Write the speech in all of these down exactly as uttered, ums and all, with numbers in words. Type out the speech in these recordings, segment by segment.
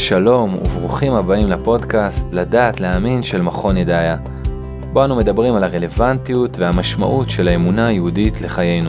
שלום וברוכים הבאים לפודקאסט לדעת להאמין של מכון ידעיה. בו אנו מדברים על הרלוונטיות והמשמעות של האמונה היהודית לחיינו.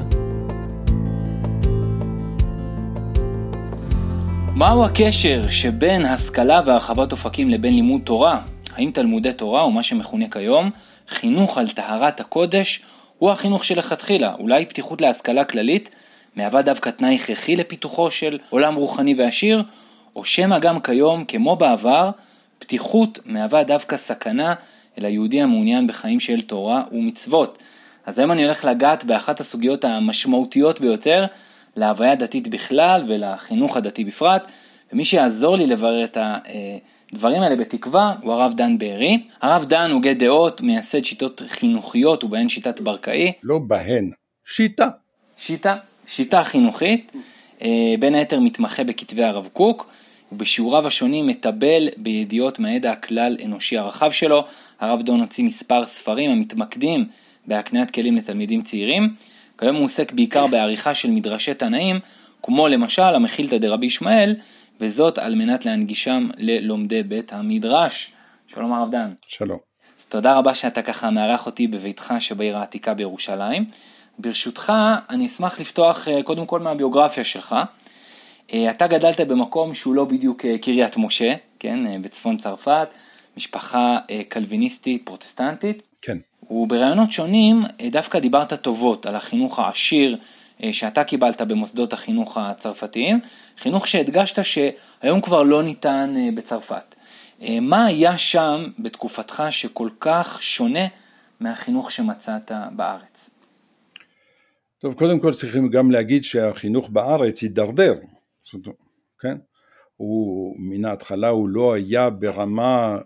מהו הקשר שבין השכלה והרחבת אופקים לבין לימוד תורה? האם תלמודי תורה או מה שמכונה כיום חינוך על טהרת הקודש הוא החינוך שלכתחילה? אולי פתיחות להשכלה כללית מהווה דווקא תנאי הכרחי לפיתוחו של עולם רוחני ועשיר? או שמא גם כיום, כמו בעבר, פתיחות מהווה דווקא סכנה אל היהודי המעוניין בחיים של תורה ומצוות. אז היום אני הולך לגעת באחת הסוגיות המשמעותיות ביותר להוויה דתית בכלל ולחינוך הדתי בפרט, ומי שיעזור לי לברר את הדברים האלה בתקווה הוא הרב דן בארי. הרב דן הוגה דעות, מייסד שיטות חינוכיות ובהן שיטת ברקאי. לא בהן, שיטה. שיטה, שיטה חינוכית, בין היתר מתמחה בכתבי הרב קוק, ובשיעוריו השונים מטבל בידיעות מהידע הכלל אנושי הרחב שלו. הרב דן הוציא מספר ספרים המתמקדים בהקניית כלים לתלמידים צעירים. כיום הוא עוסק בעיקר בעריכה של מדרשי תנאים, כמו למשל המחילתא דרבי ישמעאל, וזאת על מנת להנגישם ללומדי בית המדרש. שלום הרב דן. שלום. אז תודה רבה שאתה ככה מארח אותי בביתך שבעיר העתיקה בירושלים. ברשותך אני אשמח לפתוח קודם כל מהביוגרפיה שלך. אתה גדלת במקום שהוא לא בדיוק קריית משה, כן, בצפון צרפת, משפחה קלוויניסטית פרוטסטנטית. כן. וברעיונות שונים דווקא דיברת טובות על החינוך העשיר שאתה קיבלת במוסדות החינוך הצרפתיים, חינוך שהדגשת שהיום כבר לא ניתן בצרפת. מה היה שם בתקופתך שכל כך שונה מהחינוך שמצאת בארץ? טוב, קודם כל צריכים גם להגיד שהחינוך בארץ הידרדר, כן? הוא מן ההתחלה הוא לא היה ברמה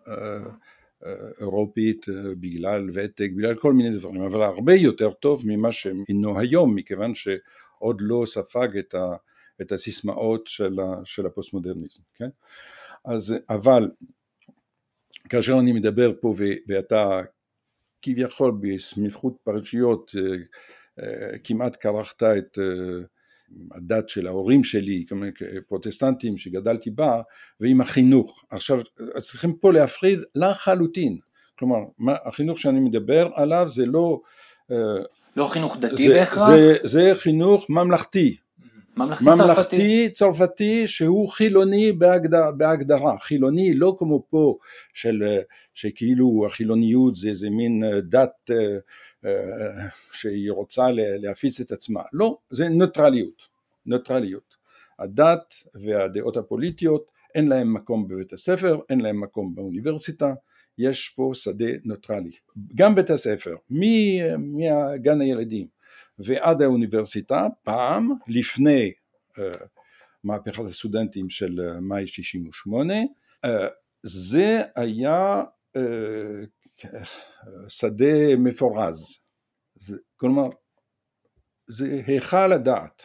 אירופית בגלל ותק, בגלל כל מיני דברים, אבל הרבה יותר טוב ממה שהינו היום, מכיוון שעוד לא ספג את, ה, את הסיסמאות של, ה, של הפוסט-מודרניזם, כן? אז, אבל כאשר אני מדבר פה ו, ואתה כביכול בסמיכות פרשיות כמעט קרחת את הדת של ההורים שלי, פרוטסטנטים שגדלתי בה, ועם החינוך. עכשיו, צריכים פה להפריד לחלוטין. כלומר, החינוך שאני מדבר עליו זה לא... לא חינוך דתי זה, בהכרח? זה, זה חינוך ממלכתי. ממלכתי, ממלכתי צרפתי. צרפתי שהוא חילוני בהגדרה, בהגדרה. חילוני לא כמו פה, של, שכאילו החילוניות זה, זה מין דת... שהיא רוצה להפיץ את עצמה. לא, זה נוטרליות. נוטרליות. הדת והדעות הפוליטיות אין להם מקום בבית הספר, אין להם מקום באוניברסיטה, יש פה שדה נוטרלי. גם בית הספר, מהגן הילדים ועד האוניברסיטה, פעם לפני uh, מהפכת הסטודנטים של מאי שישים ושמונה, uh, זה היה uh, שדה מפורז, זה, כלומר, זה היכל הדעת,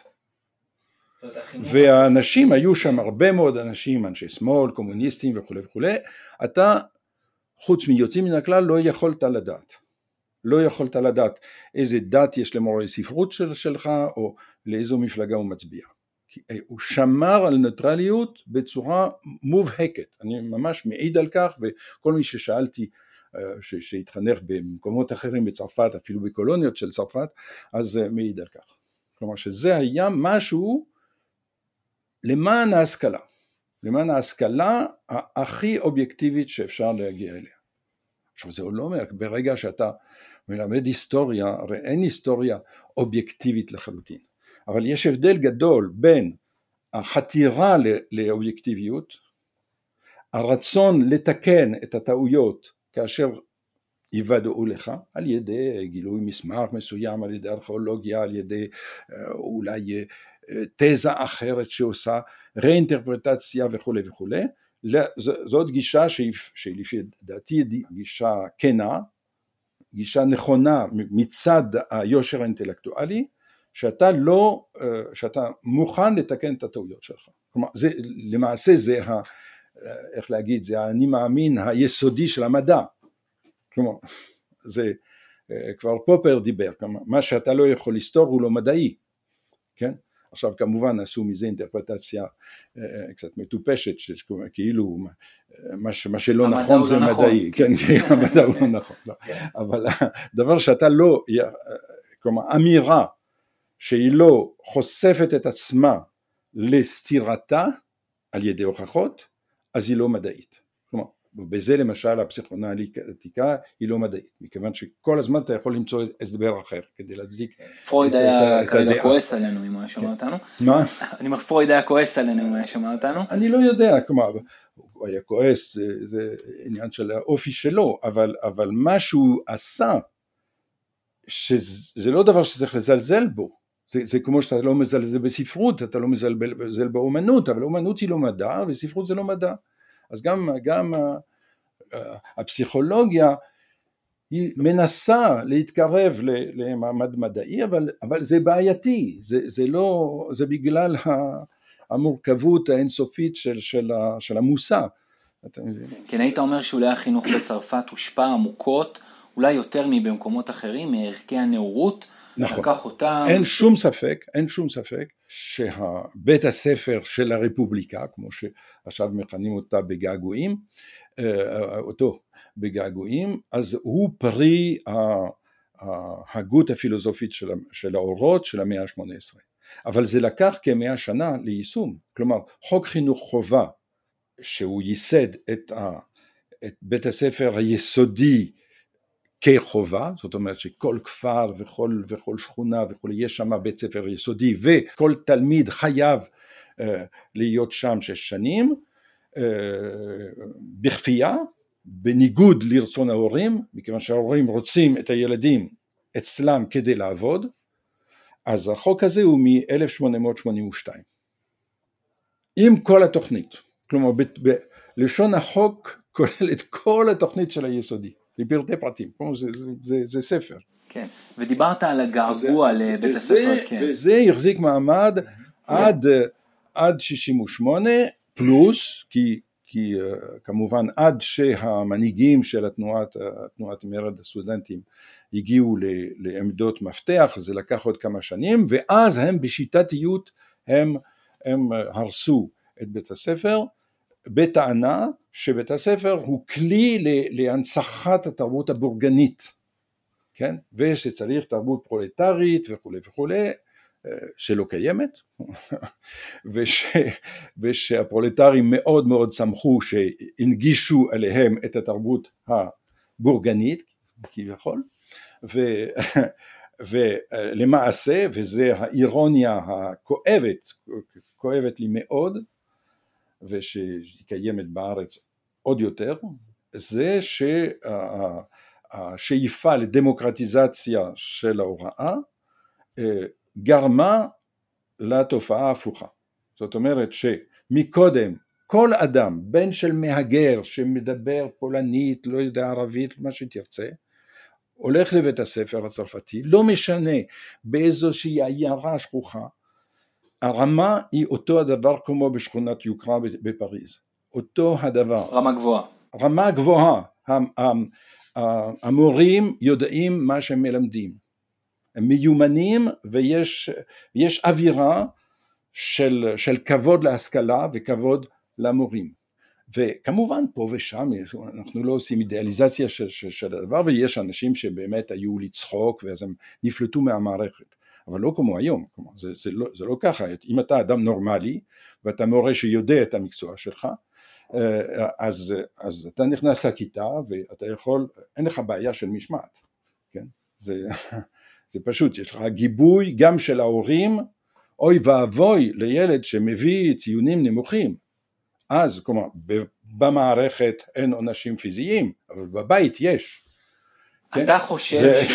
והאנשים, היו שם הרבה מאוד אנשים, אנשי שמאל, קומוניסטים וכו' וכו', אתה, חוץ מיוצאים מן הכלל, לא יכולת לדעת, לא יכולת לדעת איזה דת יש למורה ספרות של, שלך, או לאיזו מפלגה הוא מצביע, כי הוא שמר על ניטרליות בצורה מובהקת, אני ממש מעיד על כך, וכל מי ששאלתי, שהתחנך במקומות אחרים בצרפת, אפילו בקולוניות של צרפת, אז מעיד על כך. כלומר שזה היה משהו למען ההשכלה, למען ההשכלה הכי אובייקטיבית שאפשר להגיע אליה. עכשיו זה לא אומר, ברגע שאתה מלמד היסטוריה, הרי אין היסטוריה אובייקטיבית לחלוטין, אבל יש הבדל גדול בין החתירה לאובייקטיביות, הרצון לתקן את הטעויות, כאשר יוודאו לך על ידי גילוי מסמך מסוים, על ידי ארכיאולוגיה, על ידי אולי תזה אחרת שעושה ראינטרפרטציה וכו' וכו'. זאת גישה שלפי דעתי גישה כנה, גישה נכונה מצד היושר האינטלקטואלי, שאתה לא, שאתה מוכן לתקן את הטעויות שלך. כלומר, זה, למעשה זה ה... איך להגיד, זה אני מאמין היסודי של המדע, כלומר, זה כבר פופר דיבר, מה שאתה לא יכול לסתור הוא לא מדעי, כן? עכשיו כמובן עשו מזה אינטרפרטציה קצת מטופשת, כאילו מה, מה שלא נכון זה לא מדעי, נכון. כן, כן, המדע הוא לא נכון, לא. אבל הדבר שאתה לא, כלומר אמירה שהיא לא חושפת את עצמה לסתירתה על ידי הוכחות, אז היא לא מדעית. כלומר, בזה למשל הפסיכואנליטיקה היא לא מדעית, מכיוון שכל הזמן אתה יכול למצוא הסבר אחר כדי להצדיק. פרויד היה כרגע כועס עלינו אם הוא היה שומע אותנו. מה? אני אומר, פרויד היה כועס עלינו אם הוא היה שומע אותנו. אני לא יודע, כלומר, הוא היה כועס, זה עניין של האופי שלו, אבל, אבל מה שהוא עשה, שזה לא דבר שצריך לזלזל בו. זה, זה כמו שאתה לא מזלזל בספרות, אתה לא מזלזל באומנות, אבל אומנות היא לא מדע, וספרות זה לא מדע. אז גם, גם הפסיכולוגיה היא מנסה להתקרב למעמד מדעי, אבל, אבל זה בעייתי, זה, זה לא, זה בגלל המורכבות האינסופית של, של, של המושא. כן, היית אומר שאולי החינוך בצרפת הושפע עמוקות, אולי יותר מבמקומות אחרים, מערכי הנאורות, נכון. לקח אותם. אין שום ספק, אין שום ספק שהבית הספר של הרפובליקה, כמו שעכשיו מכנים אותה בגעגועים, אותו בגעגועים, אז הוא פרי ההגות הפילוסופית של, של האורות של המאה ה-שמונה עשרה. אבל זה לקח כמאה שנה ליישום. כלומר, חוק חינוך חובה, שהוא ייסד את, ה, את בית הספר היסודי כחובה, זאת אומרת שכל כפר וכל, וכל שכונה וכל יש שם בית ספר יסודי, וכל תלמיד חייב uh, להיות שם שש שנים, uh, בכפייה, בניגוד לרצון ההורים, מכיוון שההורים רוצים את הילדים אצלם כדי לעבוד, אז החוק הזה הוא מ-אלף שמונה מאות שמונים ושתיים. עם כל התוכנית, כלומר בלשון החוק כולל את כל התוכנית של היסודי. לפרטי פרטים, זה, זה, זה, זה ספר. כן, ודיברת על הגעגוע לבית הספר, כן. וזה החזיק מעמד עד, עד שישים ושמונה, פלוס, כי, כי כמובן עד שהמנהיגים של התנועת, תנועת מרד הסטודנטים הגיעו לעמדות מפתח, זה לקח עוד כמה שנים, ואז הם בשיטתיות, הם, הם הרסו את בית הספר, בטענה שבית הספר הוא כלי להנצחת התרבות הבורגנית, כן? ושצריך תרבות פרולטרית וכו' וכו', שלא קיימת, וש, ושהפרולטרים מאוד מאוד שמחו שהנגישו עליהם את התרבות הבורגנית, כביכול, ו, ולמעשה, וזה האירוניה הכואבת, כואבת לי מאוד, ושהיא קיימת בארץ עוד יותר, זה שהשאיפה לדמוקרטיזציה של ההוראה גרמה לתופעה הפוכה. זאת אומרת שמקודם כל אדם, בן של מהגר שמדבר פולנית, לא יודע ערבית, מה שתרצה, הולך לבית הספר הצרפתי, לא משנה באיזושהי עיירה שכוחה, הרמה היא אותו הדבר כמו בשכונת יוקרה בפריז, אותו הדבר. רמה גבוהה. רמה גבוהה, המורים יודעים מה שהם מלמדים, הם מיומנים ויש יש אווירה של, של כבוד להשכלה וכבוד למורים. וכמובן פה ושם אנחנו לא עושים אידיאליזציה של, של, של הדבר, ויש אנשים שבאמת היו לצחוק ואז הם נפלטו מהמערכת. אבל לא כמו היום, כלומר, זה, זה, לא, זה לא ככה, אם אתה אדם נורמלי, ואתה מורה שיודע את המקצוע שלך, אז, אז אתה נכנס לכיתה, ואתה יכול, אין לך בעיה של משמעת, כן? זה, זה פשוט, יש לך גיבוי גם של ההורים, אוי ואבוי לילד שמביא ציונים נמוכים, אז, כלומר, במערכת אין עונשים פיזיים, אבל בבית יש. אתה חושב ש...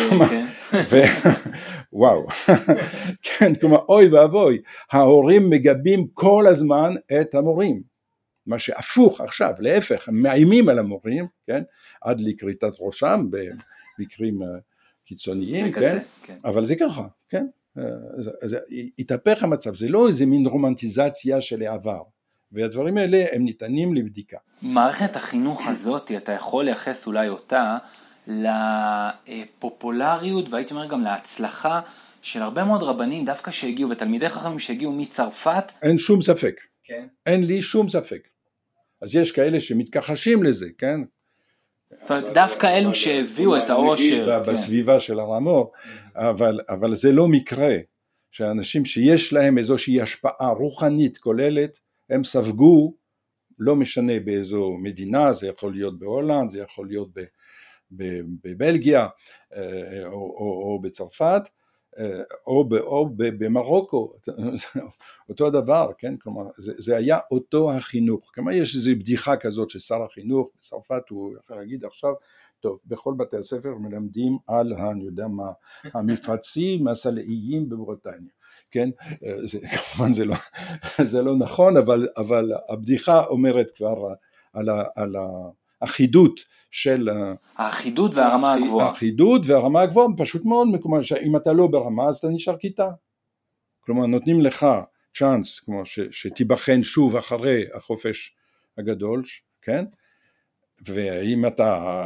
וואו, כן, כלומר, אוי ואבוי, ההורים מגבים כל הזמן את המורים, מה שהפוך עכשיו, להפך, הם מאיימים על המורים, כן, עד לכריתת ראשם, במקרים קיצוניים, כן, אבל זה ככה, כן, התהפך המצב, זה לא איזה מין רומנטיזציה של העבר, והדברים האלה הם ניתנים לבדיקה. מערכת החינוך הזאת, אתה יכול לייחס אולי אותה, לפופולריות והייתי אומר גם להצלחה של הרבה מאוד רבנים דווקא שהגיעו, ותלמידי חכמים שהגיעו מצרפת. אין שום ספק. כן. אין לי שום ספק. אז יש כאלה שמתכחשים לזה, כן? זאת אומרת, דווקא אלו שהביאו את העושר. בסביבה של הרמור, אבל, אבל זה לא מקרה שאנשים שיש להם איזושהי השפעה רוחנית כוללת, הם ספגו, לא משנה באיזו מדינה, זה יכול להיות בהולנד, זה יכול להיות בבלגיה או, או, או בצרפת, או, או במרוקו, אותו דבר, כן? כלומר, זה, זה היה אותו החינוך. כלומר, יש איזו בדיחה כזאת ששר החינוך בצרפת, הוא יכול להגיד עכשיו, טוב, בכל בתי הספר מלמדים על, אני יודע מה, המפרצים הסלעיים בבריטניה, כן? זה, כמובן זה לא, זה לא נכון, אבל, אבל הבדיחה אומרת כבר על, ה, על האחידות של... האחידות והרמה הגבוהה. האחידות והרמה הגבוהה, פשוט מאוד, כלומר, אם אתה לא ברמה, אז אתה נשאר כיתה. כלומר, נותנים לך צ'אנס, כמו ש, שתיבחן שוב אחרי החופש הגדול, כן? ואם אתה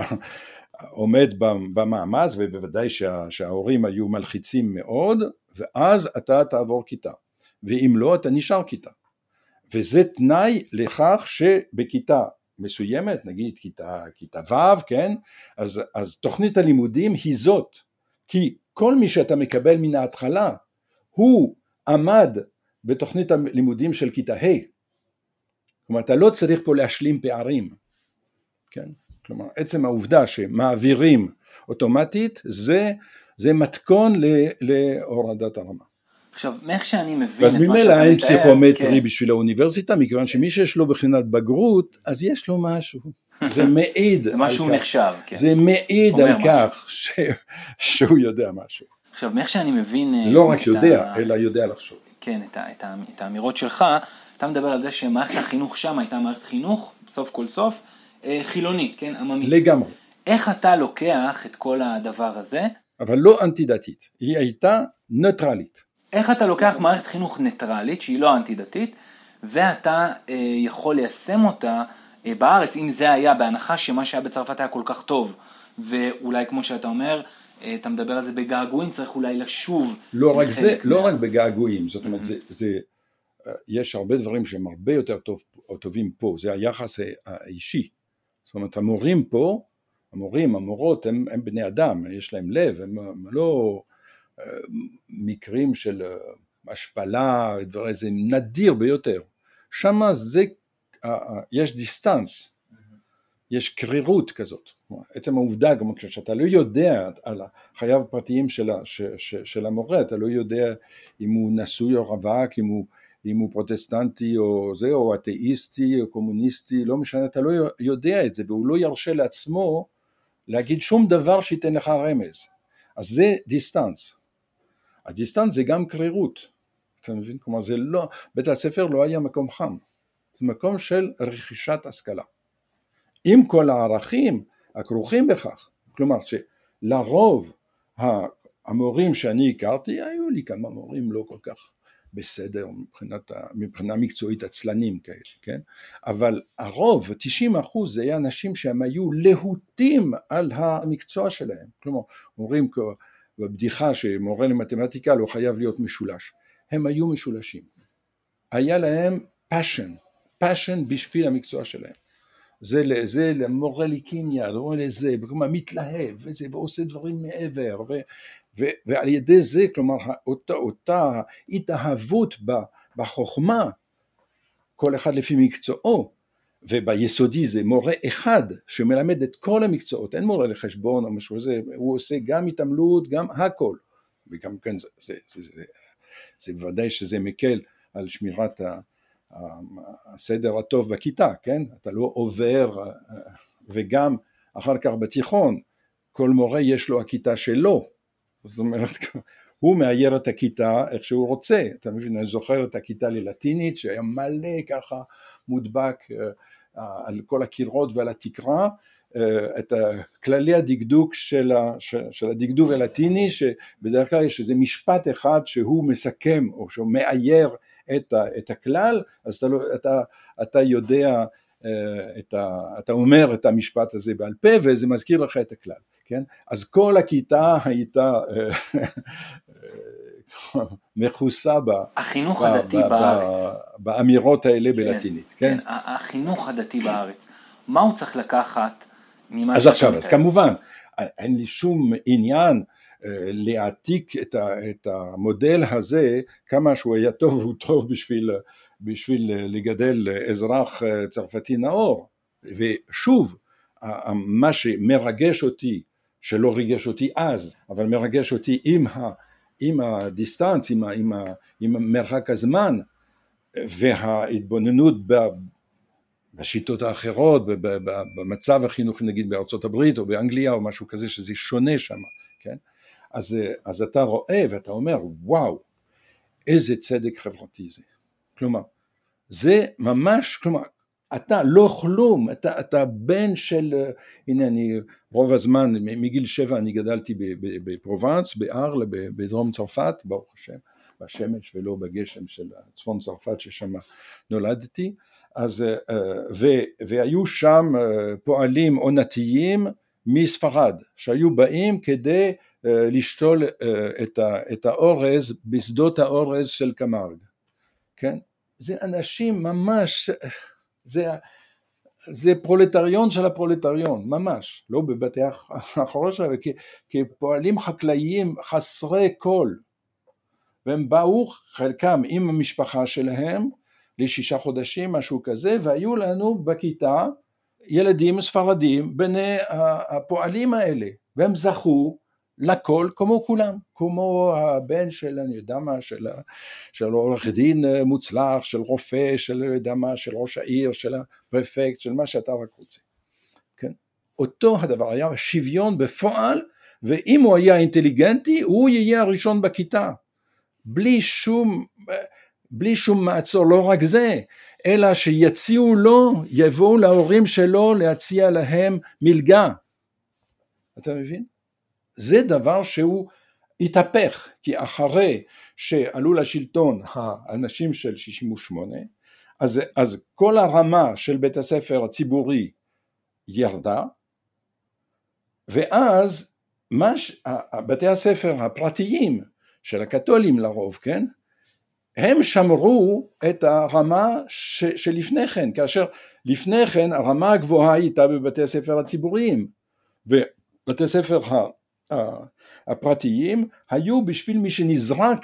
עומד במאמץ, ובוודאי שה, שההורים היו מלחיצים מאוד, ואז אתה תעבור כיתה. ואם לא, אתה נשאר כיתה. וזה תנאי לכך שבכיתה מסוימת, נגיד כיתה, כיתה ו', כן? אז, אז תוכנית הלימודים היא זאת, כי כל מי שאתה מקבל מן ההתחלה, הוא עמד בתוכנית הלימודים של כיתה ה'. כלומר, אתה לא צריך פה להשלים פערים, כן? כלומר, עצם העובדה שמעבירים אוטומטית, זה, זה מתכון להורדת הרמה. עכשיו, מאיך שאני מבין את מה שאתה מתאר... אז ממילא אין פסיכומטרי בשביל האוניברסיטה, מכיוון שמי שיש לו בחינת בגרות, אז יש לו משהו. זה מעיד זה משהו נחשב, כן. זה מעיד על כך שהוא יודע משהו. עכשיו, מאיך שאני מבין... לא רק יודע, אלא יודע לחשוב. כן, את האמירות שלך, אתה מדבר על זה שמערכת החינוך שם הייתה מערכת חינוך, סוף כל סוף, חילונית, כן, עממית. לגמרי. איך אתה לוקח את כל הדבר הזה? אבל לא אנטי-דתית, היא הייתה ניטרלית. איך אתה לוקח מערכת חינוך ניטרלית, שהיא לא אנטי-דתית, ואתה אה, יכול ליישם אותה אה, בארץ, אם זה היה בהנחה שמה שהיה בצרפת היה כל כך טוב, ואולי כמו שאתה אומר, אה, אתה מדבר על זה בגעגועים, צריך אולי לשוב. לא רק זה, מה... לא רק בגעגועים, זאת אומרת, mm-hmm. זה, זה, יש הרבה דברים שהם הרבה יותר טוב, טובים פה, זה היחס האישי. זאת אומרת, המורים פה, המורים, המורות, הם, הם בני אדם, יש להם לב, הם, הם לא מקרים של השפלה, דבר, זה נדיר ביותר. שמה זה, יש דיסטנס, יש קרירות כזאת. עצם העובדה, גם כשאתה לא יודע על החייו הפרטיים של, ש, ש, של המורה, אתה לא יודע אם הוא נשוי או רווק, אם הוא, אם הוא פרוטסטנטי או זה, או אתאיסטי או קומוניסטי, לא משנה, אתה לא יודע את זה, והוא לא ירשה לעצמו להגיד שום דבר שייתן לך רמז. אז זה דיסטנס. הדיסטנס זה גם קרירות. אתה מבין? כלומר, זה לא, בית הספר לא היה מקום חם. זה מקום של רכישת השכלה. עם כל הערכים הכרוכים בכך. כלומר, שלרוב המורים שאני הכרתי, היו לי כמה מורים לא כל כך בסדר, מבחינת, מבחינה מקצועית עצלנים כאלה, כן? אבל הרוב, תשעים אחוז, זה היה אנשים שהם היו להוטים על המקצוע שלהם. כלומר, אומרים בבדיחה שמורה למתמטיקה לא חייב להיות משולש. הם היו משולשים. היה להם passion, passion בשביל המקצוע שלהם. זה לזה, למורה לקימיה, לא לזה, כלומר מתלהב, וזה, ועושה דברים מעבר, ו, ו, ועל ידי זה, כלומר, אותה, אותה התאהבות בחוכמה, כל אחד לפי מקצועו, וביסודי זה מורה אחד שמלמד את כל המקצועות, אין מורה לחשבון או משהו זה, הוא עושה גם התעמלות, גם הכל, וגם כן זה, זה, זה, זה, זה בוודאי שזה מקל על שמירת ה... הסדר הטוב בכיתה, כן? אתה לא עובר, וגם אחר כך בתיכון, כל מורה יש לו הכיתה שלו, זאת אומרת, הוא מאייר את הכיתה איך שהוא רוצה, אתה מבין, אני זוכר את הכיתה ללטינית, שהיה מלא ככה מודבק על כל הקירות ועל התקרה, את כללי הדקדוק של, של הדקדוק הלטיני, שבדרך כלל יש איזה משפט אחד שהוא מסכם, או שהוא מאייר את, את הכלל, אז אתה, לא, אתה, אתה יודע, את ה, אתה אומר את המשפט הזה בעל פה, וזה מזכיר לך את הכלל. כן? אז כל הכיתה הייתה מכוסה ב, החינוך ב, הדתי ב, בארץ. ב, באמירות האלה כן, בלטינית. כן, כן, החינוך הדתי בארץ. מה הוא צריך לקחת ממה אז שאתה עכשיו, מתאר? אז כמובן, אין לי שום עניין להעתיק את, ה, את המודל הזה, כמה שהוא היה טוב, הוא טוב בשביל, בשביל לגדל אזרח צרפתי נאור. ושוב, מה שמרגש אותי, שלא ריגש אותי אז, אבל מרגש אותי עם, ה, עם הדיסטנס, עם, ה, עם, ה, עם מרחק הזמן, וההתבוננות ב, בשיטות האחרות, במצב החינוכי נגיד בארצות הברית או באנגליה או משהו כזה שזה שונה שם, כן? אז, אז אתה רואה ואתה אומר וואו, איזה צדק חברתי זה. כלומר, זה ממש, כלומר, אתה לא כלום, אתה, אתה בן של, הנה אני רוב הזמן, מגיל שבע אני גדלתי בפרובנס, בארל, בדרום צרפת, ברוך השם, בשמש ולא בגשם של צפון צרפת ששם נולדתי, אז, ו, והיו שם פועלים עונתיים מספרד, שהיו באים כדי לשתול את, ה, את האורז בשדות האורז של קמארג, כן? זה אנשים ממש, זה, זה פרולטריון של הפרולטריון, ממש, לא בבתי החרושת, אבל כפועלים חקלאיים חסרי כל, והם באו חלקם עם המשפחה שלהם לשישה חודשים, משהו כזה, והיו לנו בכיתה ילדים ספרדים בני הפועלים האלה, והם זכו לכל כמו כולם, כמו הבן של אני יודע מה, של, של עורך דין מוצלח, של רופא, של יודע מה, של ראש העיר, של הפרפקט, של מה שאתה רק רוצה. כן? אותו הדבר היה שוויון בפועל, ואם הוא היה אינטליגנטי, הוא יהיה הראשון בכיתה, בלי שום, בלי שום מעצור, לא רק זה, אלא שיציעו לו, יבואו להורים שלו להציע להם מלגה. אתה מבין? זה דבר שהוא התהפך, כי אחרי שעלו לשלטון האנשים של שישים ושמונה, אז, אז כל הרמה של בית הספר הציבורי ירדה, ואז מש, בתי הספר הפרטיים של הקתולים לרוב, כן? הם שמרו את הרמה ש, שלפני כן, כאשר לפני כן הרמה הגבוהה הייתה בבתי הספר הציבוריים, ובתי הספר ה הפרטיים היו בשביל מי שנזרק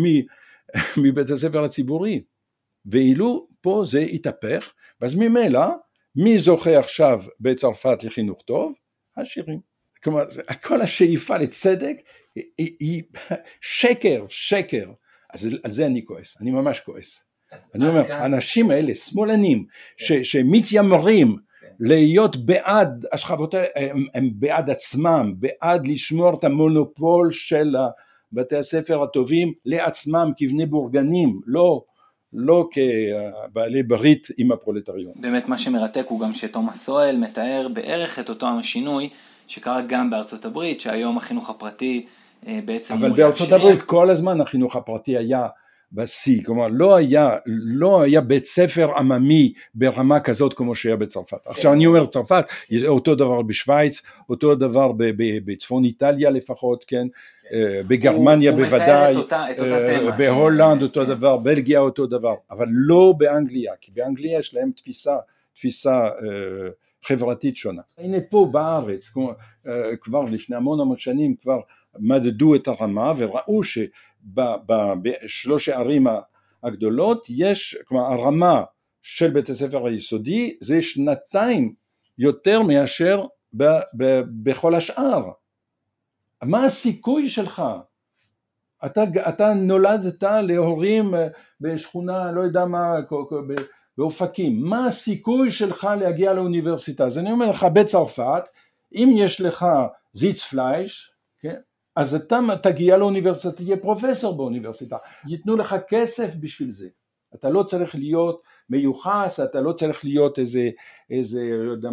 מבית הספר הציבורי, ואילו פה זה התהפך, ואז ממילא מי זוכה עכשיו בצרפת לחינוך טוב? השירים. כלומר, כל השאיפה לצדק היא, היא שקר, שקר. אז על זה אני כועס, אני ממש כועס. אני אומר, האנשים האלה, שמאלנים, ש, שמתיימרים להיות בעד השכבות, הם, הם בעד עצמם, בעד לשמור את המונופול של בתי הספר הטובים לעצמם כבני בורגנים, לא, לא כבעלי ברית עם הפרולטריון. באמת מה שמרתק הוא גם שתומאס סואל מתאר בערך את אותו השינוי שקרה גם בארצות הברית, שהיום החינוך הפרטי בעצם... אבל בארצות הברית כל הזמן החינוך הפרטי היה בסי, כלומר לא היה, לא היה בית ספר עממי ברמה כזאת כמו שהיה בצרפת. כן. עכשיו אני אומר צרפת, אותו דבר בשוויץ, אותו דבר בצפון איטליה לפחות, כן, כן. בגרמניה הוא, בוודאי, הוא אותה, את אותה תמה בהולנד ש... אותו כן. דבר, בלגיה אותו דבר, אבל לא באנגליה, כי באנגליה יש להם תפיסה, תפיסה חברתית שונה. הנה פה בארץ, כמו, כבר לפני המון המון שנים כבר מדדו את הרמה וראו ש בשלוש הערים הגדולות יש, כלומר הרמה של בית הספר היסודי זה שנתיים יותר מאשר ב, ב, בכל השאר. מה הסיכוי שלך? אתה, אתה נולדת להורים בשכונה לא יודע מה באופקים, מה הסיכוי שלך להגיע לאוניברסיטה? אז אני אומר לך בצרפת, אם יש לך זיץ פלייש, כן? אז אתה תגיע לאוניברסיטה, תהיה פרופסור באוניברסיטה, ייתנו לך כסף בשביל זה, אתה לא צריך להיות מיוחס, אתה לא צריך להיות איזה, איזה, לא יודע מה,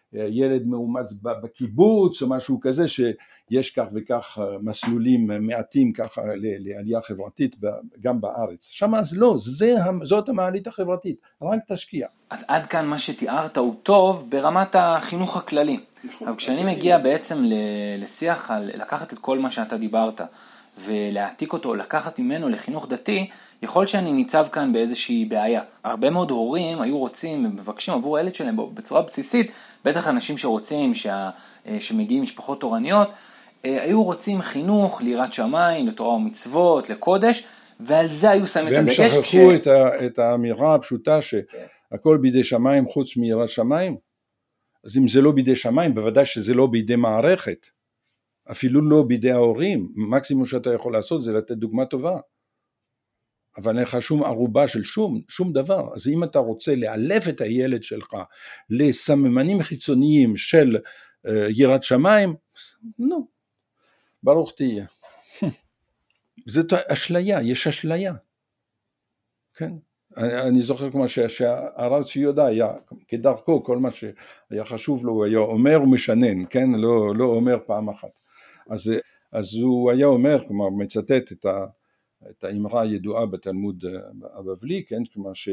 ילד מאומץ בקיבוץ או משהו כזה, שיש כך וכך מסלולים מעטים ככה לעלייה חברתית גם בארץ. שם אז לא, זה, זאת המעלית החברתית, רק תשקיע. אז עד כאן מה שתיארת הוא טוב ברמת החינוך הכללי. אבל כשאני מגיע בעצם לשיח על לקחת את כל מה שאתה דיברת ולהעתיק אותו, לקחת ממנו לחינוך דתי, יכול שאני ניצב כאן באיזושהי בעיה. הרבה מאוד הורים היו רוצים ומבקשים עבור הילד שלהם בצורה בסיסית, בטח אנשים שרוצים, שה, שמגיעים משפחות תורניות, היו רוצים חינוך ליראת שמיים, לתורה ומצוות, לקודש, ועל זה היו שמים את הדגש. והם שכחו כש... את, ה, את האמירה הפשוטה שהכל בידי שמיים חוץ מיראת שמיים. אז אם זה לא בידי שמיים, בוודאי שזה לא בידי מערכת. אפילו לא בידי ההורים, מקסימום שאתה יכול לעשות זה לתת דוגמה טובה, אבל אין לך שום ערובה של שום, שום דבר. אז אם אתה רוצה לאלף את הילד שלך לסממנים חיצוניים של uh, יראת שמיים, נו, ברוך תהיה. זאת אשליה, יש אשליה. כן? אני, אני זוכר כמו שהרב ציודה היה, כדרכו, כל מה שהיה חשוב לו, הוא היה אומר ומשנן, כן? לא, לא אומר פעם אחת. אז, אז הוא היה אומר, כלומר מצטט את, ה, את האמרה הידועה בתלמוד הבבלי, כן, כלומר ש,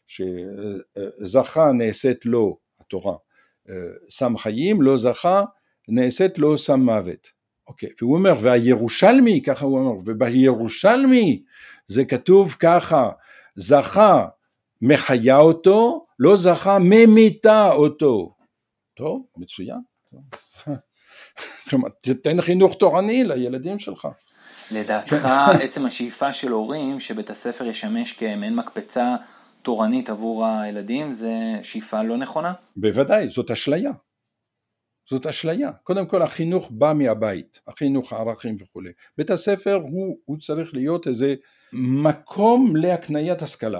שזכה נעשית לו התורה שם חיים, לא זכה נעשית לו שם מוות. אוקיי, והוא אומר, והירושלמי, ככה הוא אומר, ובירושלמי זה כתוב ככה, זכה מחיה אותו, לא זכה ממיתה אותו. טוב, מצוין. כלומר, תתן חינוך תורני לילדים שלך. לדעתך, עצם השאיפה של הורים שבית הספר ישמש כמעין מקפצה תורנית עבור הילדים, זה שאיפה לא נכונה? בוודאי, זאת אשליה. זאת אשליה. קודם כל, החינוך בא מהבית, החינוך, הערכים וכו'. בית הספר הוא, הוא צריך להיות איזה מקום להקניית השכלה.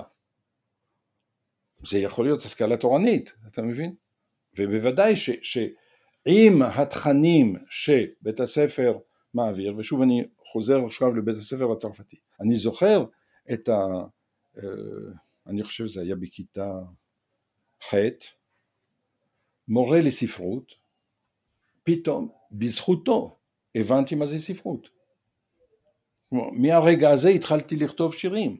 זה יכול להיות השכלה תורנית, אתה מבין? ובוודאי ש... ש עם התכנים שבית הספר מעביר, ושוב אני חוזר עכשיו לבית הספר הצרפתי, אני זוכר את ה... אני חושב שזה היה בכיתה ח', מורה לספרות, פתאום בזכותו הבנתי מה זה ספרות. מהרגע הזה התחלתי לכתוב שירים.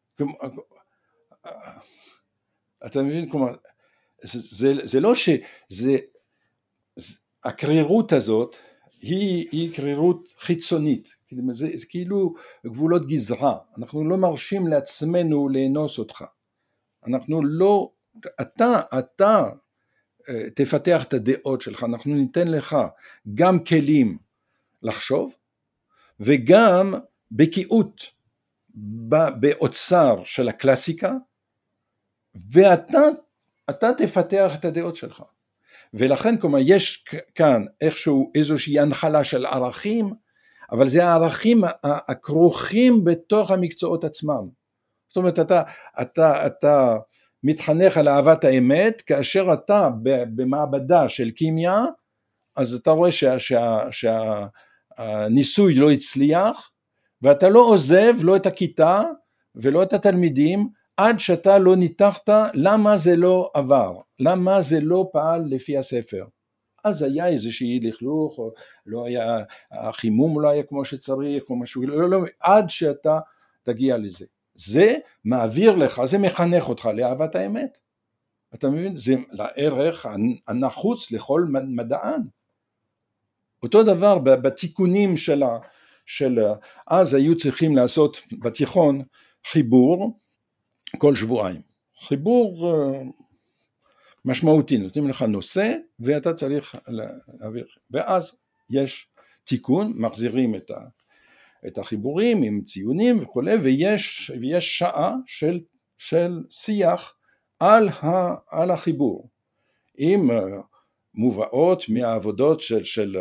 אתה מבין? כלומר, זה, זה לא שזה... הקרירות הזאת היא, היא קרירות חיצונית, זה, זה כאילו גבולות גזרה, אנחנו לא מרשים לעצמנו לאנוס אותך, אנחנו לא, אתה, אתה תפתח את הדעות שלך, אנחנו ניתן לך גם כלים לחשוב, וגם בקיאות באוצר של הקלאסיקה, ואתה אתה תפתח את הדעות שלך. ולכן כלומר יש כאן איכשהו איזושהי הנחלה של ערכים, אבל זה הערכים הכרוכים בתוך המקצועות עצמם. זאת אומרת אתה, אתה, אתה מתחנך על אהבת האמת, כאשר אתה במעבדה של כימיה, אז אתה רואה שה, שה, שהניסוי לא הצליח, ואתה לא עוזב לא את הכיתה ולא את התלמידים, עד שאתה לא ניתחת למה זה לא עבר, למה זה לא פעל לפי הספר. אז היה איזושהי לכלוך, או לא היה, החימום לא היה כמו שצריך, או משהו, לא, לא, עד שאתה תגיע לזה. זה מעביר לך, זה מחנך אותך לאהבת האמת. אתה מבין? זה לערך הנחוץ לכל מדען. אותו דבר בתיקונים של, של אז היו צריכים לעשות בתיכון חיבור, כל שבועיים, חיבור משמעותי, נותנים לך נושא ואתה צריך להעביר, ואז יש תיקון, מחזירים את, ה, את החיבורים עם ציונים וכו', ויש, ויש שעה של, של שיח על, ה, על החיבור, עם מובאות מהעבודות של, של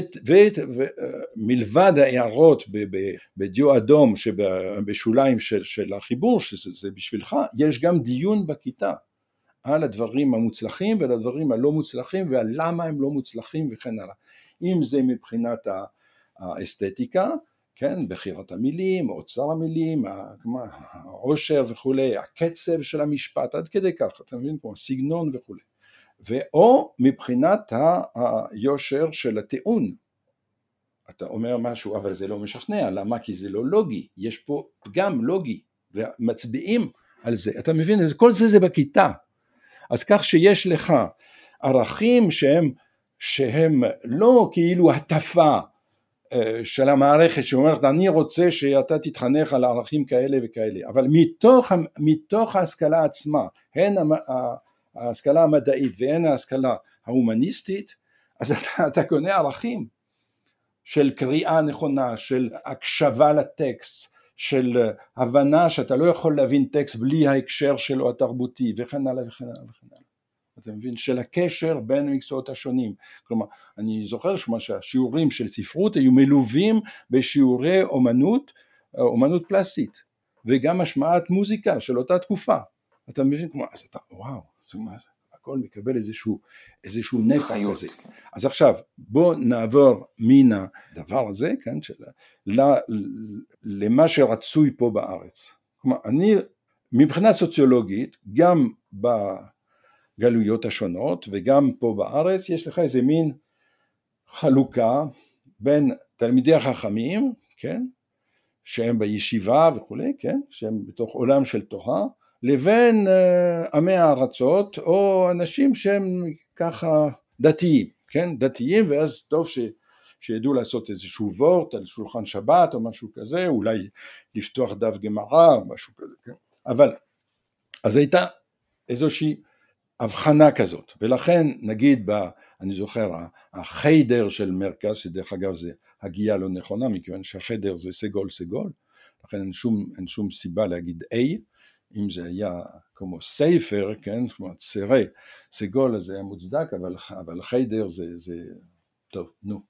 ומלבד הערות בדיו אדום שבשוליים של, של החיבור, שזה בשבילך, יש גם דיון בכיתה על הדברים המוצלחים ועל הדברים הלא מוצלחים ועל למה הם לא מוצלחים וכן הלאה. אם זה מבחינת האסתטיקה, כן, בחירת המילים, אוצר המילים, העושר וכו', הקצב של המשפט, עד כדי כך, אתה מבין, כמו הסגנון וכו'. ואו מבחינת היושר של הטיעון, אתה אומר משהו אבל זה לא משכנע, למה? כי זה לא לוגי, יש פה פגם לוגי ומצביעים על זה, אתה מבין? כל זה זה בכיתה, אז כך שיש לך ערכים שהם, שהם לא כאילו הטפה של המערכת שאומרת אני רוצה שאתה תתחנך על ערכים כאלה וכאלה, אבל מתוך, מתוך ההשכלה עצמה, הן ההשכלה המדעית והן ההשכלה ההומניסטית, אז אתה, אתה קונה ערכים של קריאה נכונה, של הקשבה לטקסט, של הבנה שאתה לא יכול להבין טקסט בלי ההקשר שלו התרבותי וכן הלאה וכן הלאה וכן הלאה. אתה מבין? של הקשר בין המקצועות השונים. כלומר, אני זוכר שמה שהשיעורים של ספרות היו מלווים בשיעורי אומנות, אומנות פלסטית, וגם השמעת מוזיקה של אותה תקופה. אתה מבין? כלומר, אז אתה, וואו, זה מה זה? הכל מקבל איזשהו, איזשהו נפח כזה. כן. אז עכשיו, בוא נעבור מן הדבר הזה, כן, של, למה שרצוי פה בארץ. כלומר, אני, מבחינה סוציולוגית, גם בגלויות השונות, וגם פה בארץ, יש לך איזה מין חלוקה בין תלמידי החכמים, כן, שהם בישיבה וכו', כן, שהם בתוך עולם של תורה, לבין uh, עמי הארצות או אנשים שהם ככה דתיים, כן, דתיים, ואז טוב ש, שידעו לעשות איזשהו וורט על שולחן שבת או משהו כזה, אולי לפתוח דף גמרא או משהו כזה, כן, אבל אז הייתה איזושהי הבחנה כזאת, ולכן נגיד ב, אני זוכר החדר של מרכז, שדרך אגב זה הגיעה לא נכונה, מכיוון שהחדר זה סגול סגול, לכן אין שום, אין שום סיבה להגיד A, אם זה היה כמו ספר, כן, כמו צירי, סגול זה היה מוצדק, אבל, אבל חיידר זה, זה, טוב, נו.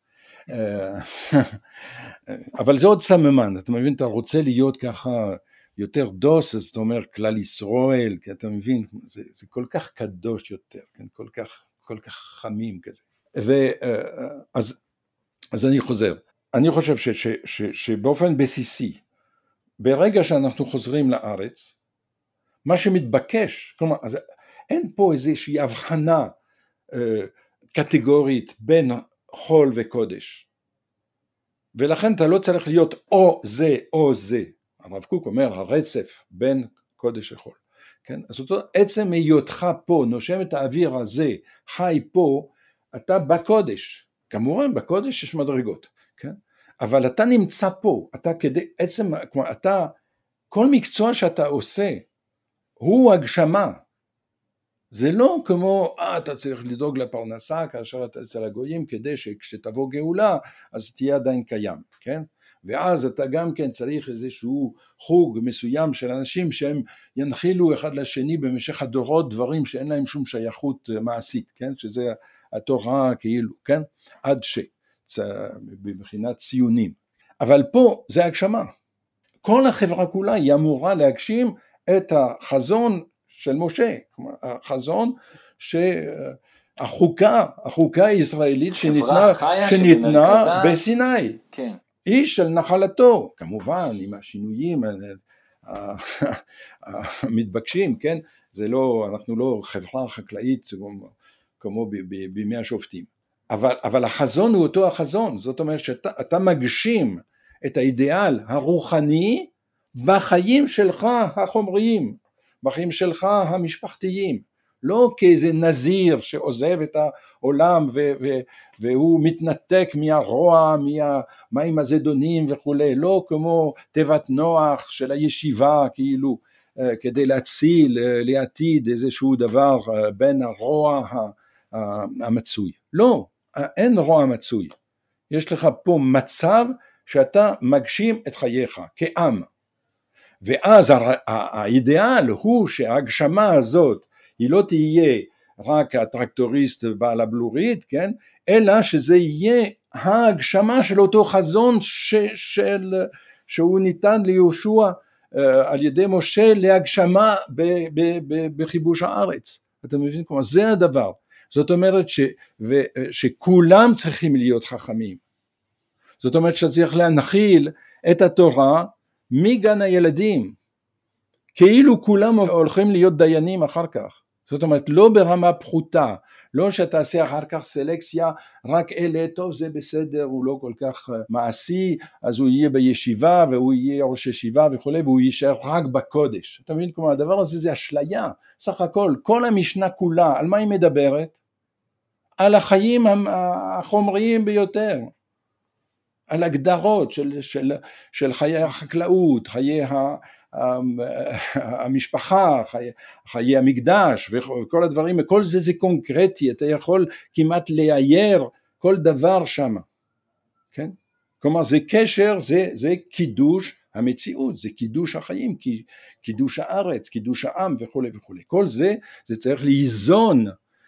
אבל זה עוד סממן, אתה מבין, אתה רוצה להיות ככה יותר דוס, אז אתה אומר כלל ישראל, כי אתה מבין, זה, זה כל כך קדוש יותר, כן, כל כך, כל כך חמים כזה. ואז, אז אני חוזר, אני חושב ש, ש, ש, שבאופן בסיסי, ברגע שאנחנו חוזרים לארץ, מה שמתבקש, כלומר, אז אין פה איזושהי הבחנה אה, קטגורית בין חול וקודש, ולכן אתה לא צריך להיות או זה או זה, הרב קוק אומר הרצף בין קודש לחול, כן? אז אותו עצם היותך פה, נושם את האוויר הזה, חי פה, אתה בקודש, כמובן בקודש יש מדרגות, כן? אבל אתה נמצא פה, אתה כדי, עצם, כלומר, אתה, כל מקצוע שאתה עושה, הוא הגשמה, זה לא כמו, אה, אתה צריך לדאוג לפרנסה כאשר אתה אצל הגויים, כדי שכשתבוא גאולה, אז תהיה עדיין קיים, כן? ואז אתה גם כן צריך איזשהו חוג מסוים של אנשים, שהם ינחילו אחד לשני במשך הדורות, דברים שאין להם שום שייכות מעשית, כן? שזה התורה כאילו, כן? עד ש, בבחינת ציונים. אבל פה זה הגשמה. כל החברה כולה היא אמורה להגשים, את החזון של משה, החזון שהחוקה, החוקה הישראלית שניתנה, שניתנה בסיני, כן. איש של נחלתו, כמובן עם השינויים המתבקשים, כן? זה לא, אנחנו לא חברה חקלאית כמו, כמו בימי השופטים, אבל, אבל החזון הוא אותו החזון, זאת אומרת שאתה מגשים את האידיאל הרוחני, בחיים שלך החומריים, בחיים שלך המשפחתיים, לא כאיזה נזיר שעוזב את העולם ו- ו- והוא מתנתק מהרוע, מהמים הזדונים וכו', לא כמו תיבת נוח של הישיבה, כאילו כדי להציל לעתיד איזשהו דבר בין הרוע המצוי, לא, אין רוע מצוי, יש לך פה מצב שאתה מגשים את חייך כעם, ואז האידיאל הוא שההגשמה הזאת היא לא תהיה רק הטרקטוריסט בעל הבלורית, כן? אלא שזה יהיה ההגשמה של אותו חזון ש, של, שהוא ניתן ליהושע על ידי משה להגשמה ב, ב, ב, בכיבוש הארץ. אתה מבין? כלומר, זה הדבר. זאת אומרת ש, ו, שכולם צריכים להיות חכמים. זאת אומרת שצריך להנחיל את התורה מגן הילדים, כאילו כולם הולכים להיות דיינים אחר כך. זאת אומרת, לא ברמה פחותה, לא שתעשה אחר כך סלקציה, רק אלה, טוב זה בסדר, הוא לא כל כך מעשי, אז הוא יהיה בישיבה, והוא יהיה ראש ישיבה וכו', והוא יישאר רק בקודש. אתה מבין, כמו הדבר הזה זה אשליה, סך הכל, כל המשנה כולה, על מה היא מדברת? על החיים החומריים ביותר, על הגדרות של, של, של חיי החקלאות, חיי ה... המשפחה, חיי, חיי המקדש וכל הדברים, כל זה זה קונקרטי, אתה יכול כמעט לאייר כל דבר שם, כן? כלומר זה קשר, זה, זה קידוש המציאות, זה קידוש החיים, קידוש הארץ, קידוש העם וכו' וכו'. כל זה, זה צריך לאיזון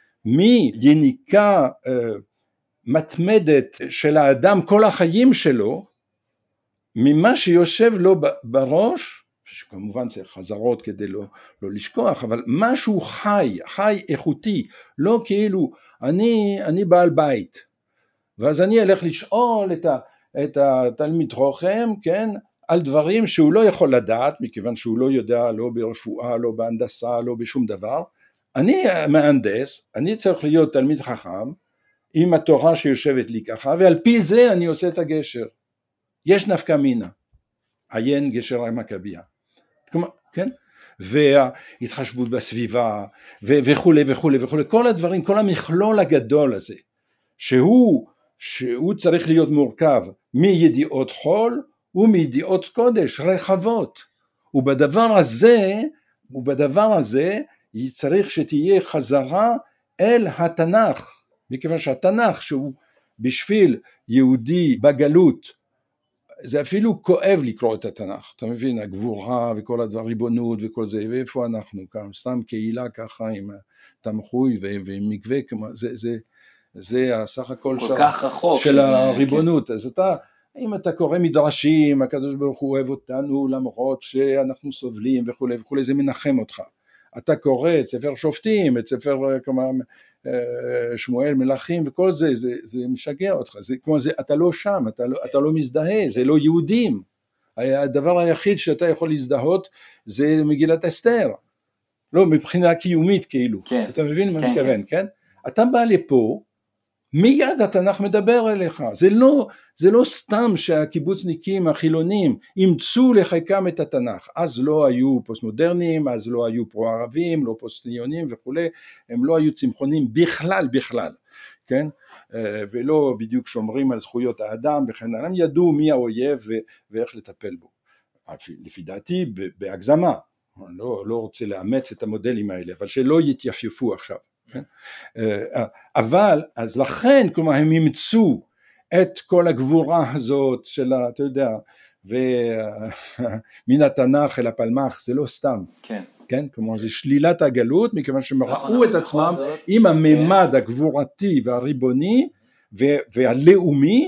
מיניקה uh, מתמדת של האדם כל החיים שלו, ממה שיושב לו בראש, שכמובן צריך חזרות כדי לא, לא לשכוח, אבל משהו חי, חי איכותי, לא כאילו אני, אני בעל בית, ואז אני אלך לשאול את, ה, את התלמיד חוכם, כן, על דברים שהוא לא יכול לדעת, מכיוון שהוא לא יודע לא ברפואה, לא בהנדסה, לא בשום דבר. אני מהנדס, אני צריך להיות תלמיד חכם, עם התורה שיושבת לי ככה, ועל פי זה אני עושה את הגשר. יש נפקא מינה, עיין גשר המכבייה. כן? וההתחשבות בסביבה וכו' וכו' וכו', כל הדברים, כל המכלול הגדול הזה, שהוא, שהוא צריך להיות מורכב מידיעות חול ומידיעות קודש רחבות, ובדבר הזה, ובדבר הזה צריך שתהיה חזרה אל התנ"ך, מכיוון שהתנ"ך שהוא בשביל יהודי בגלות, זה אפילו כואב לקרוא את התנ"ך, אתה מבין, הגבורה וכל הדבר, ריבונות וכל זה, ואיפה אנחנו כאן, סתם קהילה ככה עם תמחוי ועם מקווה, זה, זה, זה הסך הכל כל של, כך רחוק של שזה, הריבונות, כן. אז אתה, אם אתה קורא מדרשים, הקדוש ברוך הוא אוהב אותנו למרות שאנחנו סובלים וכו' וכו', זה מנחם אותך, אתה קורא את ספר שופטים, את ספר כמה, שמואל מלכים וכל זה, זה, זה משגע אותך, זה, כמו זה, אתה לא שם, אתה לא, אתה לא מזדהה, זה לא יהודים, הדבר היחיד שאתה יכול להזדהות זה מגילת אסתר, לא מבחינה קיומית כאילו, כן. אתה מבין כן, מה אני מתכוון, כן? כן? אתה בא לפה, מיד התנ"ך מדבר אליך, זה לא, זה לא סתם שהקיבוצניקים החילונים אימצו לחיקם את התנ"ך, אז לא היו פוסט מודרניים, אז לא היו פרו ערבים, לא פוסט ציונים וכו', הם לא היו צמחונים בכלל בכלל, כן? ולא בדיוק שומרים על זכויות האדם וכן, הם ידעו מי האויב ואיך לטפל בו, לפי דעתי בהגזמה, אני לא, לא רוצה לאמץ את המודלים האלה, אבל שלא יתייפייפו עכשיו, כן? אבל אז לכן כלומר הם ימצאו את כל הגבורה הזאת של אתה יודע ומן התנ"ך אל הפלמ"ח, זה לא סתם, כן, כן? כלומר זה שלילת הגלות, מכיוון שהם ראו את עצמם זאת, עם הממד כן. הגבורתי והריבוני והלאומי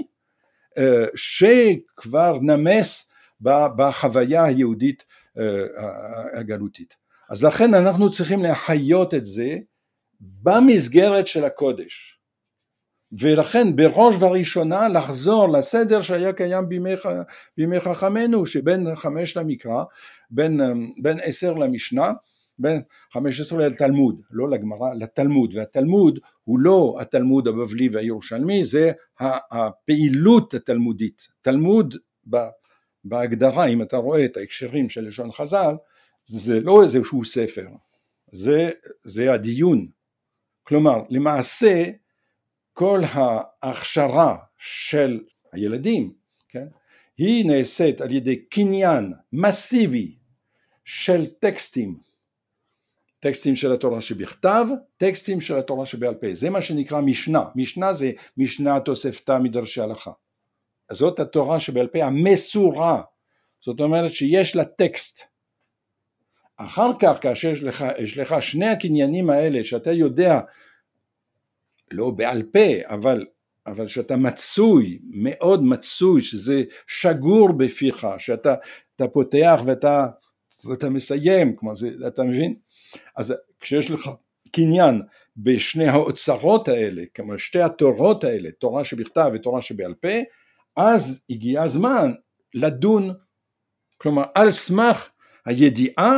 שכבר נמס בחוויה היהודית הגלותית. אז לכן אנחנו צריכים להחיות את זה במסגרת של הקודש, ולכן בראש ובראשונה לחזור לסדר שהיה קיים בימי, בימי חכמינו, שבין חמש למקרא, בין, בין עשר למשנה, בין חמש עשרה לתלמוד, לא לגמרא, לתלמוד, והתלמוד הוא לא התלמוד הבבלי והירושלמי, זה הפעילות התלמודית. תלמוד בהגדרה, אם אתה רואה את ההקשרים של לשון חז"ל, זה לא איזשהו ספר, זה, זה הדיון. כלומר, למעשה, כל ההכשרה של הילדים, כן, היא נעשית על ידי קניין מסיבי של טקסטים, טקסטים של התורה שבכתב, טקסטים של התורה שבעל פה, זה מה שנקרא משנה, משנה זה משנה תוספתא מדרשי הלכה, אז זאת התורה שבעל פה המסורה, זאת אומרת שיש לה טקסט, אחר כך כאשר יש לך, יש לך שני הקניינים האלה שאתה יודע, לא בעל פה, אבל, אבל שאתה מצוי, מאוד מצוי, שזה שגור בפיך, שאתה אתה פותח ואתה, ואתה מסיים, כמו זה, אתה מבין? אז כשיש לך קניין בשני האוצרות האלה, כמו שתי התורות האלה, תורה שבכתב ותורה שבעל פה, אז הגיע הזמן לדון, כלומר על סמך הידיעה,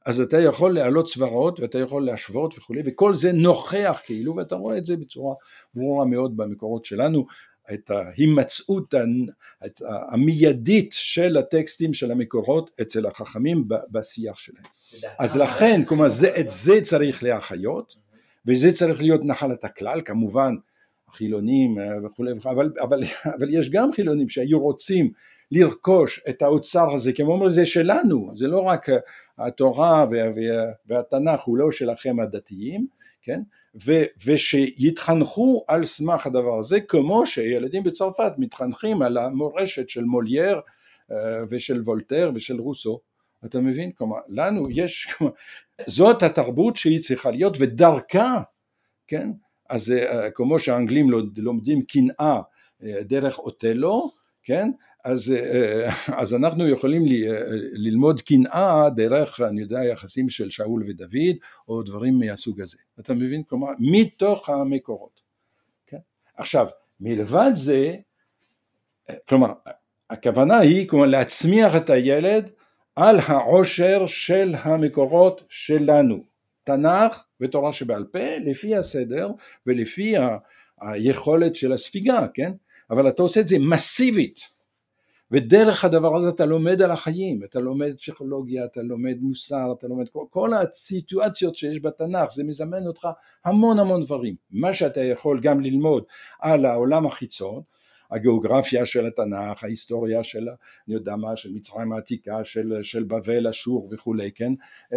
אז אתה יכול להעלות סברות ואתה יכול להשוות וכו', וכל זה נוכח כאילו, ואתה רואה את זה בצורה ברורה מאוד במקורות שלנו, את ההימצאות המיידית של הטקסטים של המקורות אצל החכמים בשיח שלהם. אז לכן, כלומר, זה, את זה צריך להחיות, וזה צריך להיות נחלת הכלל, כמובן חילונים וכו', אבל, אבל, אבל יש גם חילונים שהיו רוצים לרכוש את האוצר הזה, כמו אומר, זה שלנו, זה לא רק התורה והתנ"ך, הוא לא שלכם הדתיים, כן? ו, ושיתחנכו על סמך הדבר הזה, כמו שילדים בצרפת מתחנכים על המורשת של מולייר ושל וולטר ושל רוסו, אתה מבין? כלומר, לנו יש, כלומר, זאת התרבות שהיא צריכה להיות, ודרכה, כן? אז כמו שהאנגלים לומדים קנאה דרך אוטלו, כן? אז, אז אנחנו יכולים ל, ללמוד קנאה דרך, אני יודע, יחסים של שאול ודוד, או דברים מהסוג הזה. אתה מבין? כלומר, מתוך המקורות. כן? עכשיו, מלבד זה, כלומר, הכוונה היא, כלומר, להצמיח את הילד על העושר של המקורות שלנו. תנ"ך ותורה שבעל פה, לפי הסדר ולפי ה, היכולת של הספיגה, כן? אבל אתה עושה את זה מסיבית. ודרך הדבר הזה אתה לומד על החיים, אתה לומד פסיכולוגיה, אתה לומד מוסר, אתה לומד כל, כל הסיטואציות שיש בתנ"ך, זה מזמן אותך המון המון דברים. מה שאתה יכול גם ללמוד על העולם החיצון, הגיאוגרפיה של התנ"ך, ההיסטוריה של, אני יודע מה, של מצרים העתיקה, של, של בבל, אשור וכולי, כן?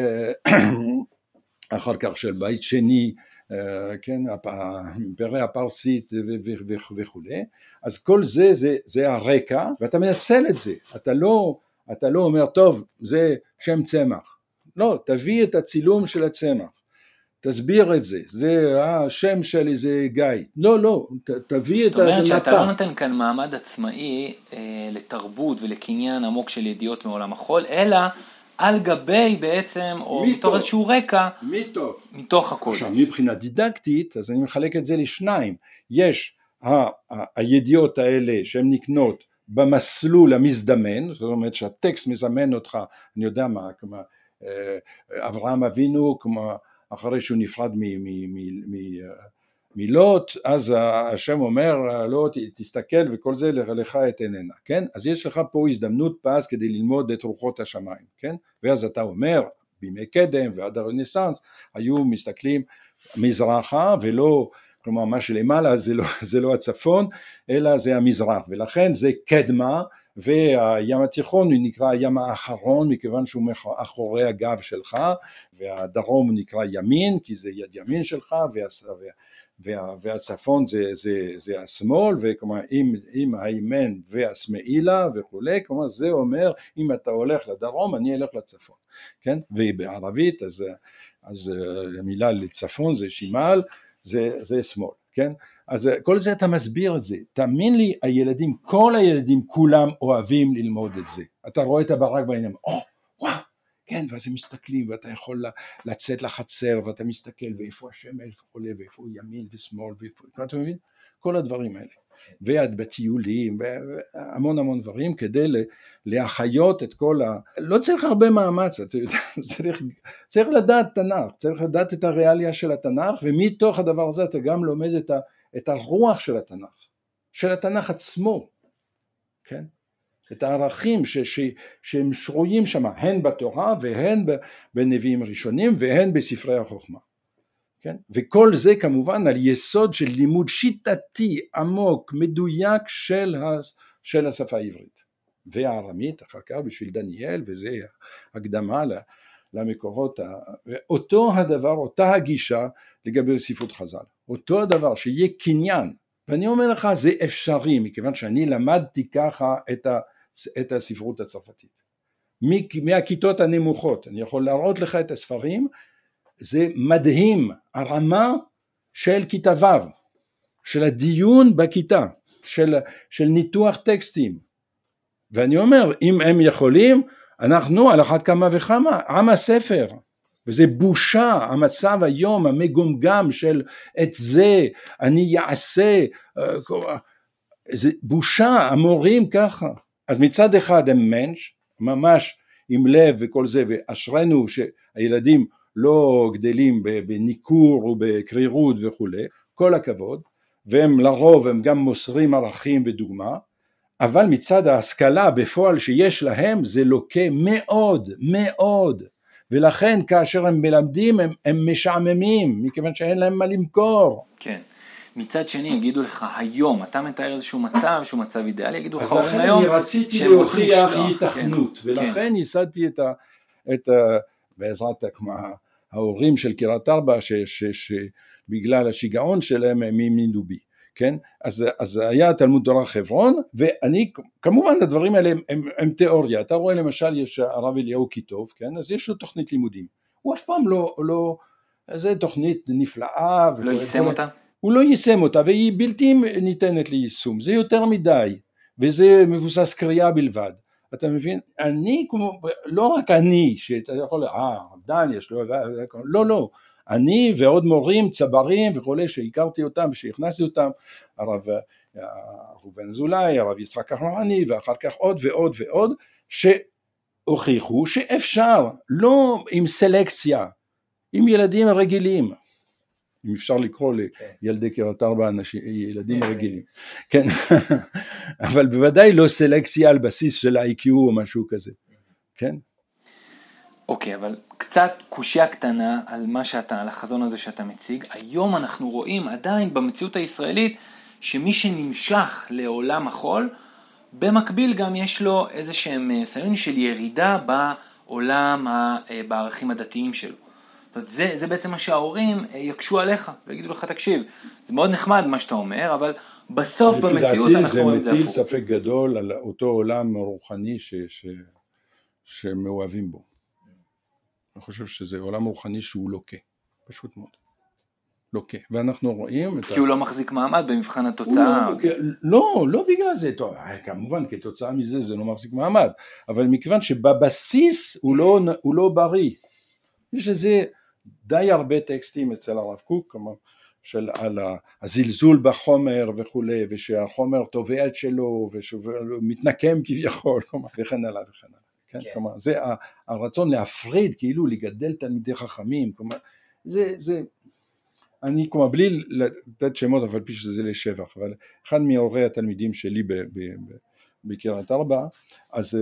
אחר כך של בית שני, כן, האימפריה הפרסית וכו'. אז כל זה, זה, זה הרקע, ואתה מנצל את זה. אתה לא, אתה לא אומר, טוב, זה שם צמח. לא, תביא את הצילום של הצמח. תסביר את זה. זה השם של איזה גיא. לא, לא, תביא את זאת אומרת שאתה לא נותן כאן מעמד עצמאי אה, לתרבות ולקניין עמוק של ידיעות מעולם החול, אלא על גבי בעצם, או מתוך, מתוך איזשהו רקע, מתוך, מתוך הקודש. עכשיו, מבחינה דידקטית, אז אני מחלק את זה לשניים. יש ה- ה- הידיעות האלה שהן נקנות במסלול המזדמן, זאת אומרת שהטקסט מזמן אותך, אני יודע מה, כמו אברהם אבינו, כמו אחרי שהוא נפרד מ... מ, מ, מ מלוט, אז השם אומר, לא תסתכל וכל זה לך את עיננה, כן? אז יש לך פה הזדמנות פז כדי ללמוד את רוחות השמיים, כן? ואז אתה אומר, בימי קדם ועד הרנסנס, היו מסתכלים מזרחה ולא, כלומר מה שלמעלה זה לא, זה לא הצפון, אלא זה המזרח, ולכן זה קדמה, והים התיכון הוא נקרא הים האחרון, מכיוון שהוא מאחורי הגב שלך, והדרום הוא נקרא ימין, כי זה יד ימין שלך, וה... וה, והצפון זה, זה, זה השמאל, וכלומר עם, עם הימן והשמאלה וכולי, כלומר זה אומר אם אתה הולך לדרום אני אלך לצפון, כן? ובערבית אז, אז המילה לצפון זה שימל, זה, זה שמאל, כן? אז כל זה אתה מסביר את זה, תאמין לי הילדים, כל הילדים כולם אוהבים ללמוד את זה, אתה רואה את הברק בעיניים, או, וואו, כן, ואז הם מסתכלים, ואתה יכול לצאת לחצר, ואתה מסתכל, ואיפה השמש וכולי, ואיפה ימין ושמאל, ואיפה, אתה מבין? כל הדברים האלה. ועד בטיולים, והמון המון דברים, כדי להחיות את כל ה... לא צריך הרבה מאמץ, אתה יודע, צריך, צריך לדעת תנ"ך, צריך לדעת את הריאליה של התנ"ך, ומתוך הדבר הזה אתה גם לומד את, ה, את הרוח של התנ"ך, של התנ"ך עצמו, כן? את הערכים ש, ש, שהם שרויים שם, הן בתורה והן בנביאים ראשונים והן בספרי החוכמה. כן? וכל זה כמובן על יסוד של לימוד שיטתי, עמוק, מדויק של, ה, של השפה העברית. והארמית אחר כך בשביל דניאל, וזה הקדמה למקורות. אותו הדבר, אותה הגישה לגבי ספרות חז"ל. אותו הדבר, שיהיה קניין. ואני אומר לך, זה אפשרי, מכיוון שאני למדתי ככה את ה... את הספרות הצרפתית. מהכיתות הנמוכות, אני יכול להראות לך את הספרים, זה מדהים, הרמה של כיתה ו', של הדיון בכיתה, של, של ניתוח טקסטים. ואני אומר, אם הם יכולים, אנחנו על אחת כמה וכמה, עם הספר. וזה בושה, המצב היום המגומגם של את זה, אני יעשה, זה בושה, המורים ככה. אז מצד אחד הם מנש, ממש עם לב וכל זה, ואשרנו שהילדים לא גדלים בניכור ובקרירות וכו', כל הכבוד, והם לרוב הם גם מוסרים ערכים ודוגמה, אבל מצד ההשכלה בפועל שיש להם זה לוקה מאוד מאוד, ולכן כאשר הם מלמדים הם, הם משעממים, מכיוון שאין להם מה למכור. כן. מצד שני יגידו לך היום, אתה מתאר איזשהו מצב, שהוא מצב אידיאלי, יגידו לך אז היום, אני רציתי להוכיח היתכנות, כן, ולכן כן. ייסדתי את ה... את ה בעזרת כמו ההורים של קריית ארבע, שבגלל השיגעון שלהם הם האמינו בי, כן? אז, אז היה תלמוד תורה חברון, ואני, כמובן הדברים האלה הם, הם, הם תיאוריה, אתה רואה למשל יש הרב אליהו כיתוב, כן? אז יש לו תוכנית לימודים, הוא אף פעם לא, לא זה תוכנית נפלאה, לא יישם אותה? הוא לא יישם אותה, והיא בלתי ניתנת ליישום, זה יותר מדי, וזה מבוסס קריאה בלבד, אתה מבין? אני כמו, לא רק אני, שאתה יכול, אה, דן יש לו, לא, לא, אני ועוד מורים, צברים וכולי, שהכרתי אותם ושהכנסתי אותם, הרב ראובן אזולאי, הרב יצחק כחלוני, ואחר כך עוד ועוד ועוד, שהוכיחו שאפשר, לא עם סלקציה, עם ילדים רגילים, אם אפשר לקרוא לילדי קריית ארבע ילדים רגילים, כן, אבל בוודאי לא סלקציה על בסיס של ה-איי קיו או משהו כזה, כן. אוקיי, אבל קצת קושיה קטנה על מה שאתה, על החזון הזה שאתה מציג. היום אנחנו רואים עדיין במציאות הישראלית שמי שנמשך לעולם החול, במקביל גם יש לו איזה שהם סיון של ירידה בעולם, בערכים הדתיים שלו. זה, זה בעצם מה שההורים יקשו עליך ויגידו לך, תקשיב, זה מאוד נחמד מה שאתה אומר, אבל בסוף במציאות אנחנו רואים את זה הפוך. זה מטיל ספק גדול על אותו עולם רוחני ש, ש, שמאוהבים בו. אני חושב שזה עולם רוחני שהוא לוקה, פשוט מאוד. לוקה. ואנחנו רואים... כי הוא לא מחזיק מעמד במבחן התוצאה. לא, לא בגלל זה. כמובן, כתוצאה מזה זה לא מחזיק מעמד. אבל מכיוון שבבסיס הוא לא בריא. יש לזה די הרבה טקסטים אצל הרב קוק, של על הזלזול בחומר וכולי, ושהחומר תובע את שלו, ומתנקם כביכול, וכן הלאה וכן הלאה. כן, כן. כלומר, זה הרצון להפריד, כאילו לגדל תלמידי חכמים, כלומר, זה, זה, אני כלומר, בלי לתת שמות, אבל פי שזה לשבח, אבל אחד מהורי התלמידים שלי בקריית ארבע, אז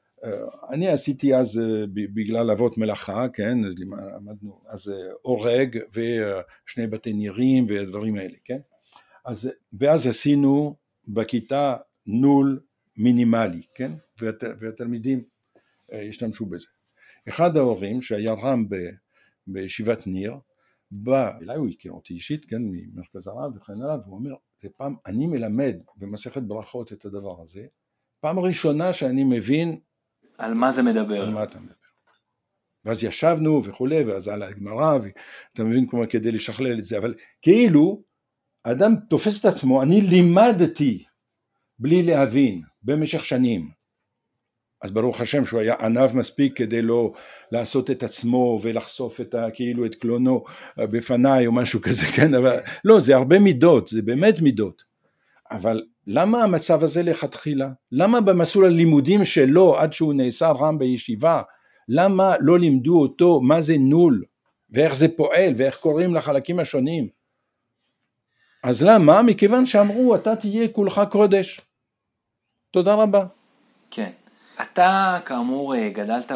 אני עשיתי אז בגלל אבות מלאכה, כן, אז למדנו, אז אורג ושני בתי נירים והדברים האלה, כן, אז, ואז עשינו בכיתה נול מינימלי, כן, והת, והתלמידים השתמשו בזה. אחד ההורים שהיה רם ב, בישיבת ניר, בא אליי, הוא הכיר אותי אישית, כן, ממרכז הרב וכן הלאה, והוא אומר, זה פעם, אני מלמד במסכת ברכות את הדבר הזה, פעם ראשונה שאני מבין על מה זה מדבר. על מה אתה מדבר. ואז ישבנו וכולי, ואז על הגמרא, ואתה מבין כמו כדי לשכלל את זה, אבל כאילו, האדם תופס את עצמו, אני לימדתי בלי להבין, במשך שנים. אז ברוך השם שהוא היה ענב מספיק כדי לא לעשות את עצמו ולחשוף את ה, כאילו את קלונו בפניי או משהו כזה, כן, אבל לא, זה הרבה מידות, זה באמת מידות. אבל למה המצב הזה לכתחילה? למה במסלול הלימודים שלו עד שהוא נעשה רם בישיבה, למה לא לימדו אותו מה זה נול ואיך זה פועל ואיך קוראים לחלקים השונים? אז למה? מכיוון שאמרו אתה תהיה כולך קודש. תודה רבה. כן. אתה כאמור גדלת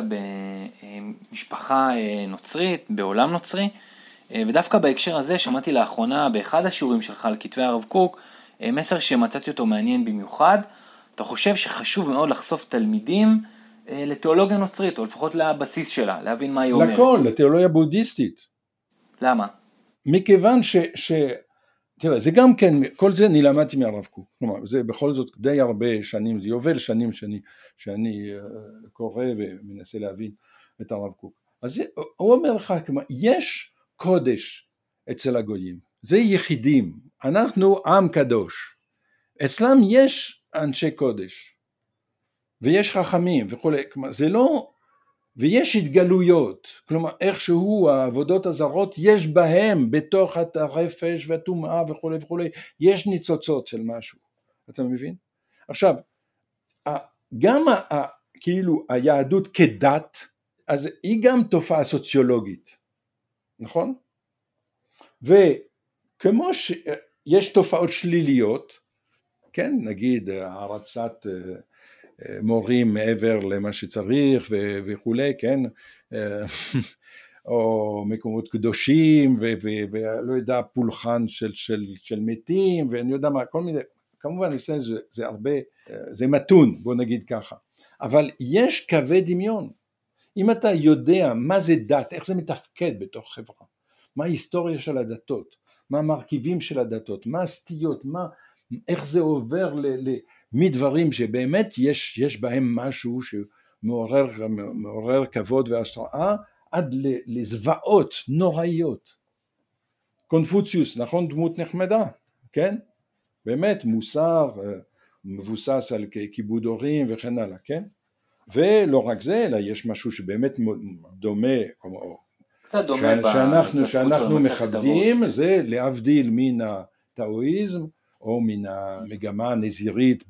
במשפחה נוצרית, בעולם נוצרי, ודווקא בהקשר הזה שמעתי לאחרונה באחד השיעורים שלך על כתבי הרב קוק, מסר שמצאתי אותו מעניין במיוחד. אתה חושב שחשוב מאוד לחשוף תלמידים לתיאולוגיה נוצרית, או לפחות לבסיס שלה, להבין מה היא אומרת. לכל, לתיאולוגיה בודהיסטית. למה? מכיוון ש... ש... תראה, זה גם כן, כל זה אני למדתי מהרב קוק, כלומר, זה בכל זאת די הרבה שנים, זה יובל שנים שאני, שאני קורא ומנסה להבין את הרב קוק. אז זה, הוא אומר לך, כלומר, יש קודש אצל הגויים, זה יחידים, אנחנו עם קדוש, אצלם יש אנשי קודש, ויש חכמים וכו', כלומר, זה לא, ויש התגלויות, כלומר איכשהו העבודות הזרות יש בהם בתוך הרפש והטומאה וכו' וכו', יש ניצוצות של משהו, אתה מבין? עכשיו, גם כאילו היהדות כדת, אז היא גם תופעה סוציולוגית, נכון? וכמו שיש תופעות שליליות, כן, נגיד הערצת מורים מעבר למה שצריך וכולי, כן, או מקומות קדושים ולא יודע פולחן של, של, של מתים ואני יודע מה, כל מיני, כמובן זה, זה הרבה, זה מתון, בוא נגיד ככה, אבל יש קווי דמיון. אם אתה יודע מה זה דת, איך זה מתפקד בתוך חברה, מה ההיסטוריה של הדתות, מה המרכיבים של הדתות, מה הסטיות, מה, איך זה עובר ל, ל, מדברים שבאמת יש, יש בהם משהו שמעורר מעורר כבוד והשראה, עד לזוועות נוראיות. קונפוציוס, נכון, דמות נחמדה, כן? באמת מוסר, מבוסס על כיבוד הורים וכן הלאה, כן? ולא רק זה, אלא יש משהו שבאמת דומה, כמו, קצת דומה ש... שאנחנו, שאנחנו מכבדים, זה להבדיל מן הטאואיזם, או מן המגמה הנזירית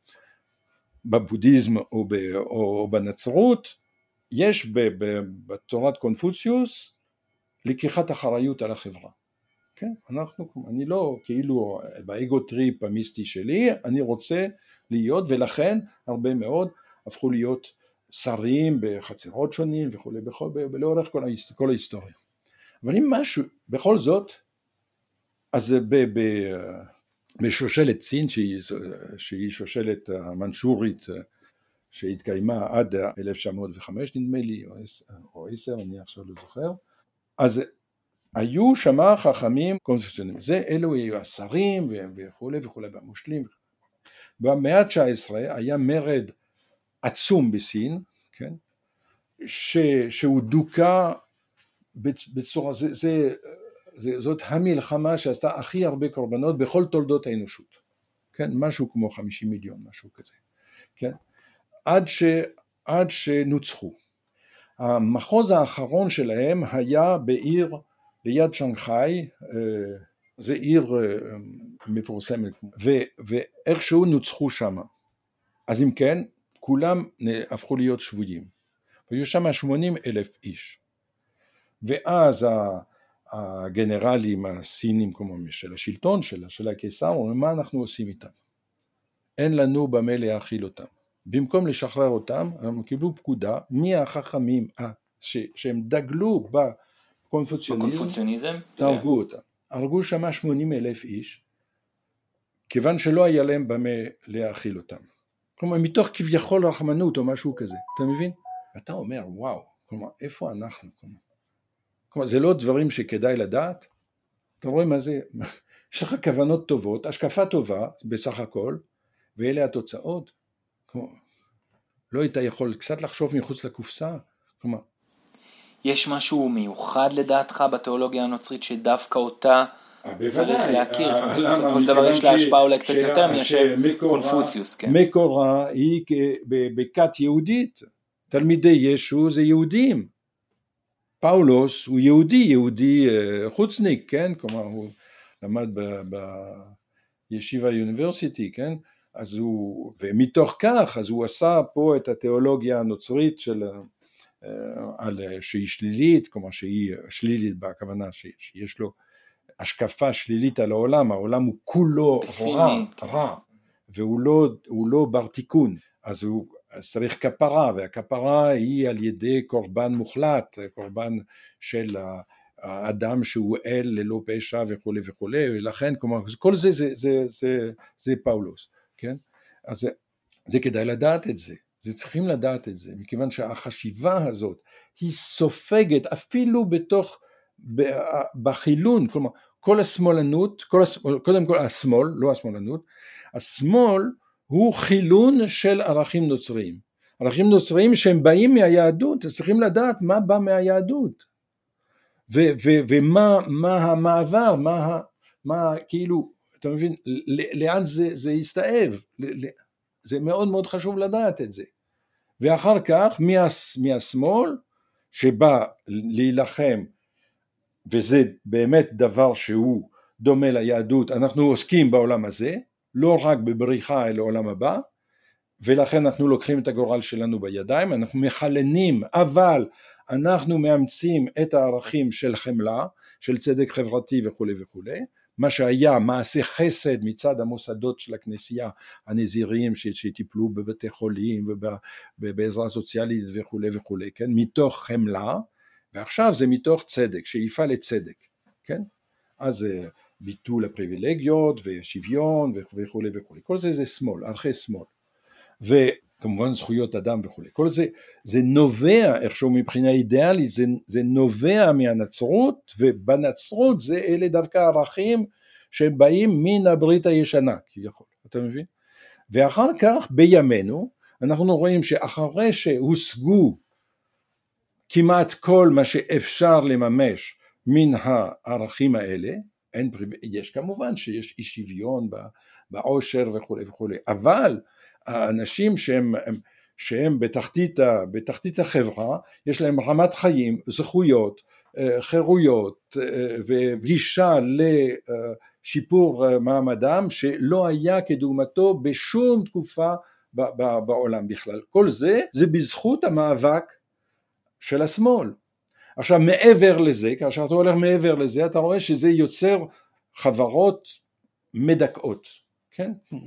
בבודהיזם או, ב... או בנצרות, יש בתורת קונפוציוס לקיחת אחריות על החברה. כן? אנחנו, אני לא כאילו באגו טריפ המיסטי שלי, אני רוצה להיות, ולכן הרבה מאוד הפכו להיות שרים בחצרות שונים וכו' בכל, לאורך כל, כל ההיסטוריה. אבל אם משהו, בכל זאת, אז ב, ב, בשושלת סין, שהיא, שהיא שושלת המנצ'ורית, שהתקיימה עד אלף תשע מאות וחמש נדמה לי, או עשר, אני עכשיו לא זוכר, אז היו שמה חכמים קונסטיטוציוניים, זה אלו היו השרים וכו' וכו' והמושלים. במאה ה-תשע עשרה היה מרד עצום בסין, כן? ש, שהוא דוקה בצורה, זה, זה, זה, זאת המלחמה שעשתה הכי הרבה קורבנות בכל תולדות האנושות, כן? משהו כמו חמישים מיליון, משהו כזה, כן? עד, ש, עד שנוצחו. המחוז האחרון שלהם היה בעיר ליד שנגחאי, זה עיר מפורסמת, ו, ואיכשהו נוצחו שם. אז אם כן, כולם הפכו להיות שבויים. והיו שם שמונים אלף איש. ואז הגנרלים הסינים כמו של השלטון שלה, של הקיסר, אומרים מה אנחנו עושים איתם? אין לנו במה להאכיל אותם. במקום לשחרר אותם, הם קיבלו פקודה מהחכמים ש, שהם דגלו בקונפוציוניזם, תהרגו אותם. הרגו שם שמונים אלף איש, כיוון שלא היה להם במה להאכיל אותם. כלומר, מתוך כביכול רחמנות או משהו כזה, אתה מבין? אתה אומר, וואו, כלומר, איפה אנחנו? כלומר, כלומר, זה לא דברים שכדאי לדעת? אתה רואה מה זה? יש לך כוונות טובות, השקפה טובה בסך הכל, ואלה התוצאות. כלומר, לא היית יכול קצת לחשוב מחוץ לקופסה? כלומר, יש משהו מיוחד לדעתך בתיאולוגיה הנוצרית שדווקא אותה צריך להכיר? בסופו של דבר יש לה השפעה אולי קצת יותר מאשר קונפוציוס. מקורה היא בכת יהודית, תלמידי ישו זה יהודים. פאולוס הוא יהודי, יהודי חוצניק, כן? כלומר הוא למד בישיבה יוניברסיטי, כן? אז הוא, ומתוך כך, אז הוא עשה פה את התיאולוגיה הנוצרית של, על, שהיא שלילית, כלומר שהיא שלילית בכוונה שיש לו השקפה שלילית על העולם, העולם הוא כולו רע, רע, והוא לא, הוא לא בר תיקון, אז הוא צריך כפרה, והכפרה היא על ידי קורבן מוחלט, קורבן של האדם שהוא אל ללא פשע וכו' וכו', ולכן, כלומר, כל זה זה, זה, זה, זה פאולוס, כן? אז זה, זה כדאי לדעת את זה, זה צריכים לדעת את זה, מכיוון שהחשיבה הזאת היא סופגת אפילו בתוך, בחילון, כלומר, כל השמאלנות, כל השמאל, קודם כל השמאל, לא השמאלנות, השמאל הוא חילון של ערכים נוצריים, ערכים נוצריים שהם באים מהיהדות, אז צריכים לדעת מה בא מהיהדות, ו- ו- ומה מה המעבר, מה, מה כאילו, אתה מבין, לאן זה, זה יסתאב, זה מאוד מאוד חשוב לדעת את זה, ואחר כך מה, מהשמאל שבא להילחם, וזה באמת דבר שהוא דומה ליהדות, אנחנו עוסקים בעולם הזה, לא רק בבריחה אל העולם הבא, ולכן אנחנו לוקחים את הגורל שלנו בידיים, אנחנו מחלנים, אבל אנחנו מאמצים את הערכים של חמלה, של צדק חברתי וכו' וכו', מה שהיה מעשה חסד מצד המוסדות של הכנסייה הנזיריים שטיפלו בבתי חולים ובעזרה סוציאלית וכו' וכו', כן? מתוך חמלה, ועכשיו זה מתוך צדק, שאיפה לצדק, כן? אז ביטול הפריבילגיות ושוויון וכו' וכו', כל זה זה שמאל, ערכי שמאל, וכמובן זכויות אדם וכו', כל זה, זה נובע איכשהו מבחינה אידיאלית, זה, זה נובע מהנצרות, ובנצרות זה אלה דווקא ערכים שהם באים מן הברית הישנה, כביכול, אתה מבין? ואחר כך בימינו, אנחנו רואים שאחרי שהושגו כמעט כל מה שאפשר לממש מן הערכים האלה, אין, יש כמובן שיש אי שוויון בעושר וכו' וכו', אבל האנשים שהם, שהם בתחתית, בתחתית החברה, יש להם רמת חיים, זכויות, חירויות וגישה לשיפור מעמדם שלא היה כדוגמתו בשום תקופה בעולם בכלל. כל זה, זה בזכות המאבק של השמאל. עכשיו מעבר לזה, כאשר אתה הולך מעבר לזה, אתה רואה שזה יוצר חברות מדכאות, כן?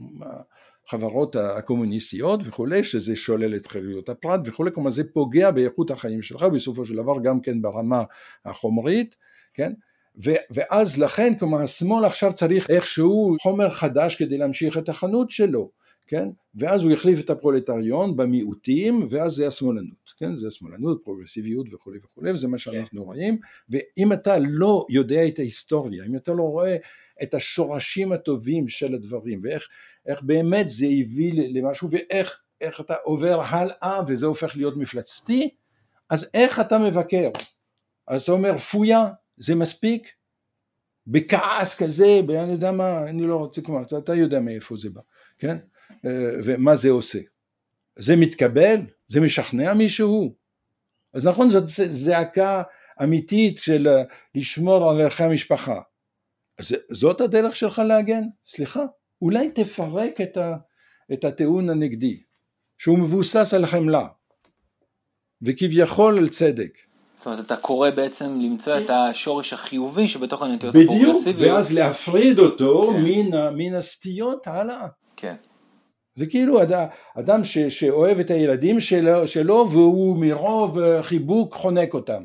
חברות הקומוניסטיות וכולי, שזה שולל את חירויות הפרט וכולי, כלומר זה פוגע באיכות החיים שלך, בסופו של דבר גם כן ברמה החומרית, כן? ו- ואז לכן, כלומר השמאל עכשיו צריך איכשהו חומר חדש כדי להמשיך את החנות שלו, כן? ואז הוא יחליף את הפרולטריון במיעוטים, ואז זה השמאלנות, כן? זה השמאלנות, פרוגרסיביות וכו' וכו', וזה מה שאנחנו כן. רואים, ואם אתה לא יודע את ההיסטוריה, אם אתה לא רואה את השורשים הטובים של הדברים, ואיך איך באמת זה הביא למשהו, ואיך איך אתה עובר הלאה, וזה הופך להיות מפלצתי, אז איך אתה מבקר? אז אתה אומר, פויה, זה מספיק? בכעס כזה, אני יודע מה, אני לא רוצה כלומר, אתה, אתה יודע מאיפה זה בא, כן? ומה זה עושה? זה מתקבל? זה משכנע מישהו? אז נכון, זאת זעקה אמיתית של לשמור על ערכי המשפחה. אז זאת הדרך שלך להגן? סליחה, אולי תפרק את, ה, את הטיעון הנגדי, שהוא מבוסס על חמלה, וכביכול על צדק. זאת אומרת, אתה קורא בעצם למצוא את השורש החיובי שבתוך הנטיות הפרוגרסיביות. בדיוק, ואז להפריד אותו כן. מן, מן הסטיות הלאה. כן. זה כאילו אדם, אדם ש, שאוהב את הילדים שלו, שלו, והוא מרוב חיבוק חונק אותם.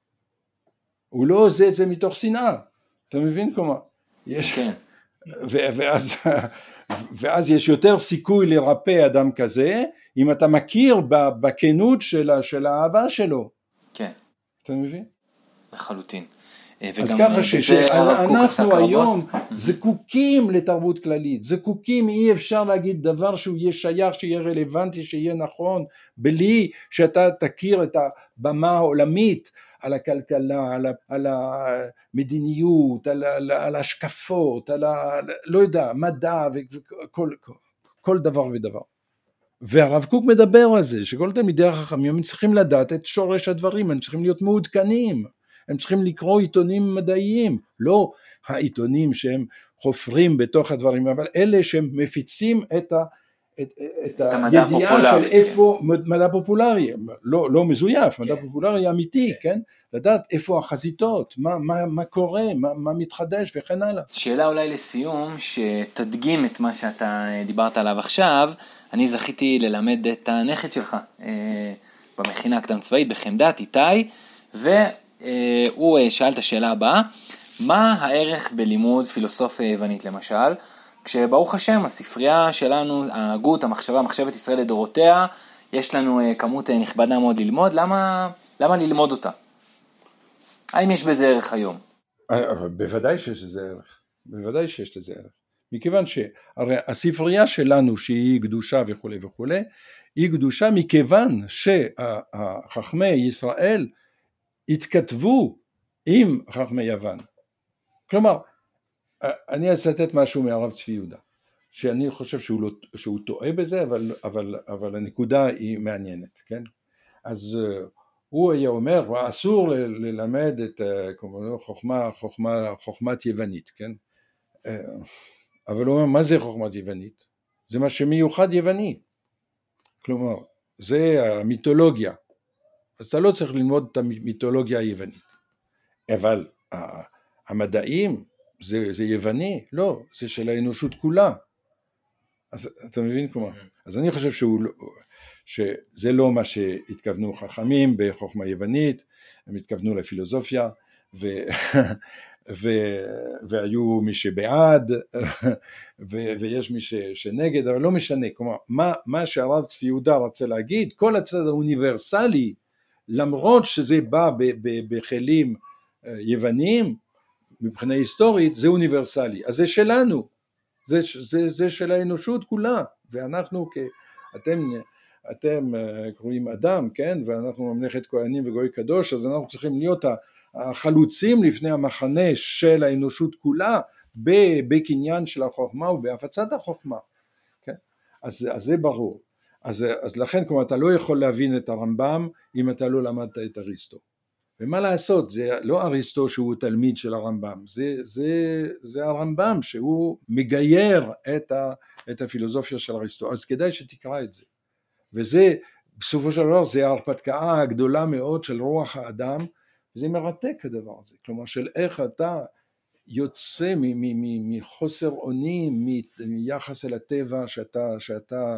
הוא לא עושה את זה מתוך שנאה. אתה מבין כלומר? יש... כן. ו- ואז, ואז יש יותר סיכוי לרפא אדם כזה, אם אתה מכיר בכנות של, של האהבה שלו. כן. אתה מבין? לחלוטין. אז ככה שאנחנו היום זקוקים לתרבות כללית, זקוקים, אי אפשר להגיד דבר שהוא יהיה שייך, שיהיה רלוונטי, שיהיה נכון, בלי שאתה תכיר את הבמה העולמית, על הכלכלה, על, על המדיניות, על, על, על השקפות, על ה, לא יודע, מדע וכל כל, כל דבר ודבר. והרב קוק מדבר על זה, שכל תלמידי החכמים הם צריכים לדעת את שורש הדברים, הם צריכים להיות מעודכנים, הם צריכים לקרוא עיתונים מדעיים, לא העיתונים שהם חופרים בתוך הדברים, אבל אלה שהם מפיצים את ה... את, את, את הידיעה של איפה מדע פופולרי, לא, לא מזויף, כן. מדע פופולרי אמיתי, כן. כן? לדעת איפה החזיתות, מה, מה, מה קורה, מה, מה מתחדש וכן הלאה. שאלה אולי לסיום, שתדגים את מה שאתה דיברת עליו עכשיו, אני זכיתי ללמד את הנכד שלך, אה, במכינה הקדם צבאית, בחמדת, איתי, והוא אה, שאל את השאלה הבאה, מה הערך בלימוד פילוסופיה יוונית למשל, כשברוך השם, הספרייה שלנו, ההגות, המחשבה, מחשבת ישראל לדורותיה, יש לנו כמות נכבדה מאוד ללמוד, למה, למה ללמוד אותה? האם יש בזה ערך היום? בוודאי שיש לזה ערך, בוודאי שיש לזה ערך. מכיוון שהרי הספרייה שלנו שהיא קדושה וכו' וכו', היא קדושה מכיוון שהחכמי ישראל התכתבו עם חכמי יוון. כלומר, אני אצטט משהו מהרב צבי יהודה, שאני חושב שהוא, לא, שהוא טועה בזה, אבל, אבל, אבל הנקודה היא מעניינת, כן? אז uh, הוא היה אומר, אסור ל- ללמד את uh, חוכמה, חוכמה, חוכמת יוונית, כן? Uh, אבל הוא אומר, מה זה חוכמת יוונית? זה מה שמיוחד יווני. כלומר, זה המיתולוגיה. אז אתה לא צריך ללמוד את המיתולוגיה היוונית. אבל המדעים, זה, זה יווני? לא, זה של האנושות כולה. אז אתה מבין כלומר? אז אני חושב שהוא, שזה לא מה שהתכוונו חכמים בחוכמה יוונית, הם התכוונו לפילוסופיה, ו, ו, והיו מי שבעד, ו, ויש מי ש, שנגד, אבל לא משנה. כלומר, מה, מה שהרב צבי יהודה רוצה להגיד, כל הצד האוניברסלי, למרות שזה בא בכלים יווניים, מבחינה היסטורית, זה אוניברסלי. אז זה שלנו, זה, זה, זה של האנושות כולה, ואנחנו, אתם, אתם קוראים אדם, כן, ואנחנו ממלכת כהנים וגוי קדוש, אז אנחנו צריכים להיות החלוצים לפני המחנה של האנושות כולה, בקניין של החוכמה ובהפצת החוכמה, כן? אז, אז זה ברור. אז, אז לכן, כמו אתה לא יכול להבין את הרמב"ם, אם אתה לא למדת את אריסטו. ומה לעשות, זה לא אריסטו שהוא תלמיד של הרמב"ם, זה, זה, זה הרמב"ם שהוא מגייר את, ה, את הפילוסופיה של אריסטו, אז כדאי שתקרא את זה. וזה, בסופו של דבר, זה ההרפתקה הגדולה מאוד של רוח האדם, וזה מרתק הדבר הזה, כלומר של איך אתה יוצא מחוסר אונים, מיחס אל הטבע שאתה, שאתה,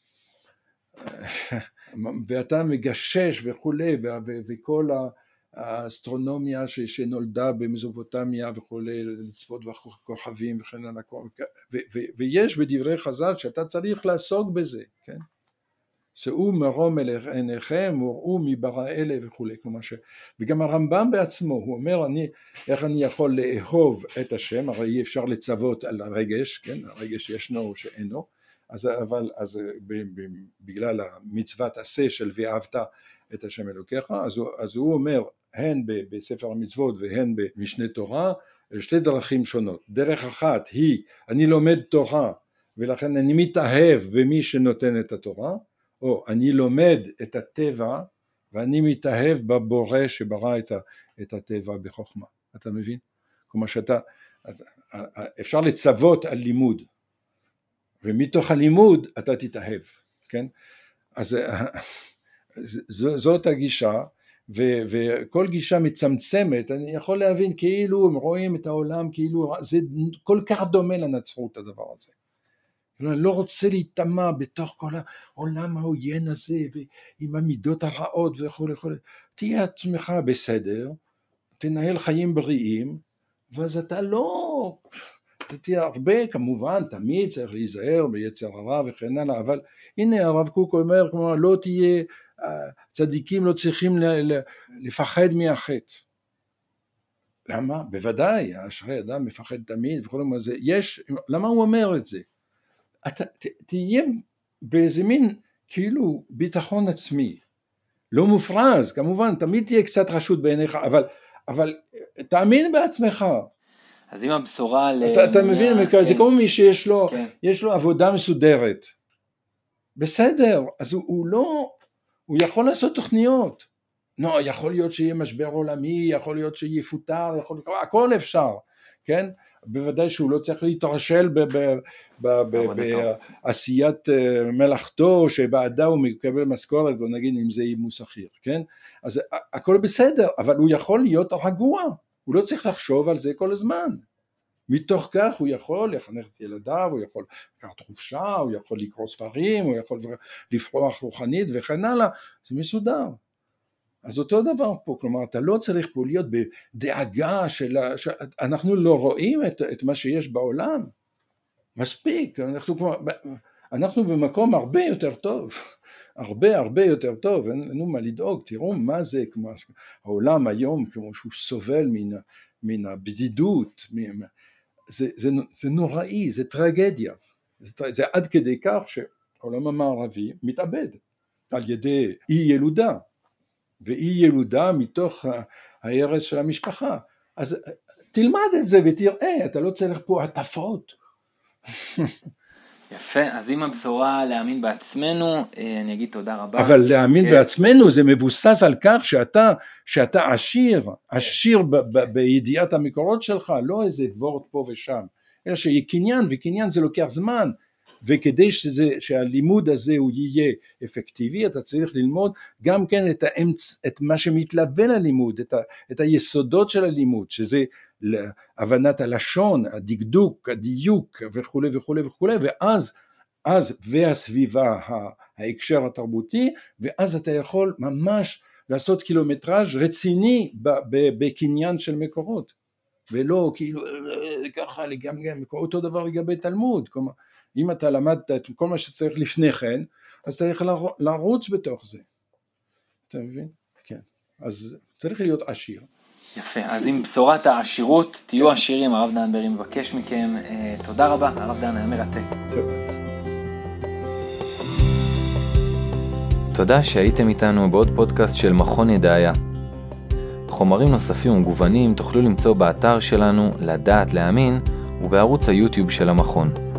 ואתה מגשש וכולי, וכל האסטרונומיה שנולדה במזופוטמיה וכולי, לצפות בכוכבים וכן הלאה, ויש בדברי חז"ל שאתה צריך לעסוק בזה, כן? שאו מרום אל עיניכם וראו מברא אלה וכולי, כלומר ש... וגם הרמב"ם בעצמו, הוא אומר, אני, איך אני יכול לאהוב את השם, הרי אי אפשר לצוות על הרגש, כן? הרגש ישנו או שאינו, אז, אבל, אז בגלל המצוות עשה של ואהבת את השם אלוקיך, אז, אז הוא אומר, הן בספר המצוות והן במשנה תורה, שתי דרכים שונות. דרך אחת היא, אני לומד תורה, ולכן אני מתאהב במי שנותן את התורה, או אני לומד את הטבע, ואני מתאהב בבורא שברא את, ה, את הטבע בחוכמה. אתה מבין? כלומר שאתה, אפשר לצוות על לימוד, ומתוך הלימוד אתה תתאהב, כן? אז זאת הגישה, ו, וכל גישה מצמצמת, אני יכול להבין כאילו הם רואים את העולם, כאילו זה כל כך דומה לנצרות הדבר הזה. אני לא רוצה להתאמה בתוך כל העולם העוין הזה, ועם המידות הרעות וכו' וכו'. תהיה עצמך בסדר, תנהל חיים בריאים, ואז אתה לא... אתה תהיה הרבה, כמובן, תמיד צריך להיזהר ביצר הרע וכן הלאה, אבל הנה הרב קוק אומר, כלומר, לא תהיה, צדיקים לא צריכים לפחד מהחטא. למה? בוודאי, אשרי אדם מפחד תמיד וכל מה זה. יש, למה הוא אומר את זה? אתה תהיה באיזה מין כאילו ביטחון עצמי, לא מופרז, כמובן, תמיד תהיה קצת חשוד בעיניך, אבל, אבל תאמין בעצמך. אז אם הבשורה ל... אתה, אתה מבין, כן. זה כמו מי שיש לו, כן. יש לו עבודה מסודרת. בסדר, אז הוא, הוא לא, הוא יכול לעשות תוכניות. לא, יכול להיות שיהיה משבר עולמי, יכול להיות שיפוטר, יכול להיות, הכל אפשר, כן? בוודאי שהוא לא צריך להתרשל בעשיית מלאכתו, שבעדה הוא מקבל משכורת, בוא נגיד אם זה אימוס אחר, כן? אז הכל בסדר, אבל הוא יכול להיות רגוע, הוא לא צריך לחשוב על זה כל הזמן. מתוך כך הוא יכול לחנך את ילדיו, הוא יכול לקחת חופשה, הוא יכול לקרוא ספרים, הוא יכול לפרוח רוחנית וכן הלאה, זה מסודר. אז אותו דבר פה, כלומר אתה לא צריך פה להיות בדאגה של, אנחנו לא רואים את, את מה שיש בעולם, מספיק, אנחנו, כמו, אנחנו במקום הרבה יותר טוב, הרבה הרבה יותר טוב, אין לנו מה לדאוג, תראו מה זה, כמו העולם היום, כמו שהוא סובל מן, מן הבדידות, זה, זה, זה נוראי, זה טרגדיה, זה, זה עד כדי כך שהעולם המערבי מתאבד על ידי אי ילודה, ואי ילודה מתוך ההרס של המשפחה. אז תלמד את זה ותראה, אתה לא צריך פה עטפות. יפה, אז עם הבשורה להאמין בעצמנו, אני אגיד תודה רבה. אבל להאמין כן. בעצמנו זה מבוסס על כך שאתה, שאתה עשיר, עשיר ב- ב- בידיעת המקורות שלך, לא איזה דבורת פה ושם, אלא שיהיה קניין, וקניין זה לוקח זמן. וכדי שזה, שהלימוד הזה הוא יהיה אפקטיבי, אתה צריך ללמוד גם כן את, האמצ, את מה שמתלווה ללימוד, את, ה, את היסודות של הלימוד, שזה הבנת הלשון, הדקדוק, הדיוק וכו' וכו' וכו', ואז אז והסביבה, ההקשר התרבותי, ואז אתה יכול ממש לעשות קילומטראז' רציני בקניין של מקורות, ולא כאילו ככה לגמרי, אותו דבר לגבי תלמוד. כלומר, אם אתה למדת את כל מה שצריך לפני כן, אז צריך לרוץ בתוך זה. אתה מבין? כן. אז צריך להיות עשיר. יפה, אז עם בשורת העשירות, תהיו עשירים. הרב דן ברי מבקש מכם. תודה רבה, הרב דן, היה מרתק. טוב. תודה שהייתם איתנו בעוד פודקאסט של מכון ידעיה. חומרים נוספים ומגוונים תוכלו למצוא באתר שלנו לדעת להאמין ובערוץ היוטיוב של המכון.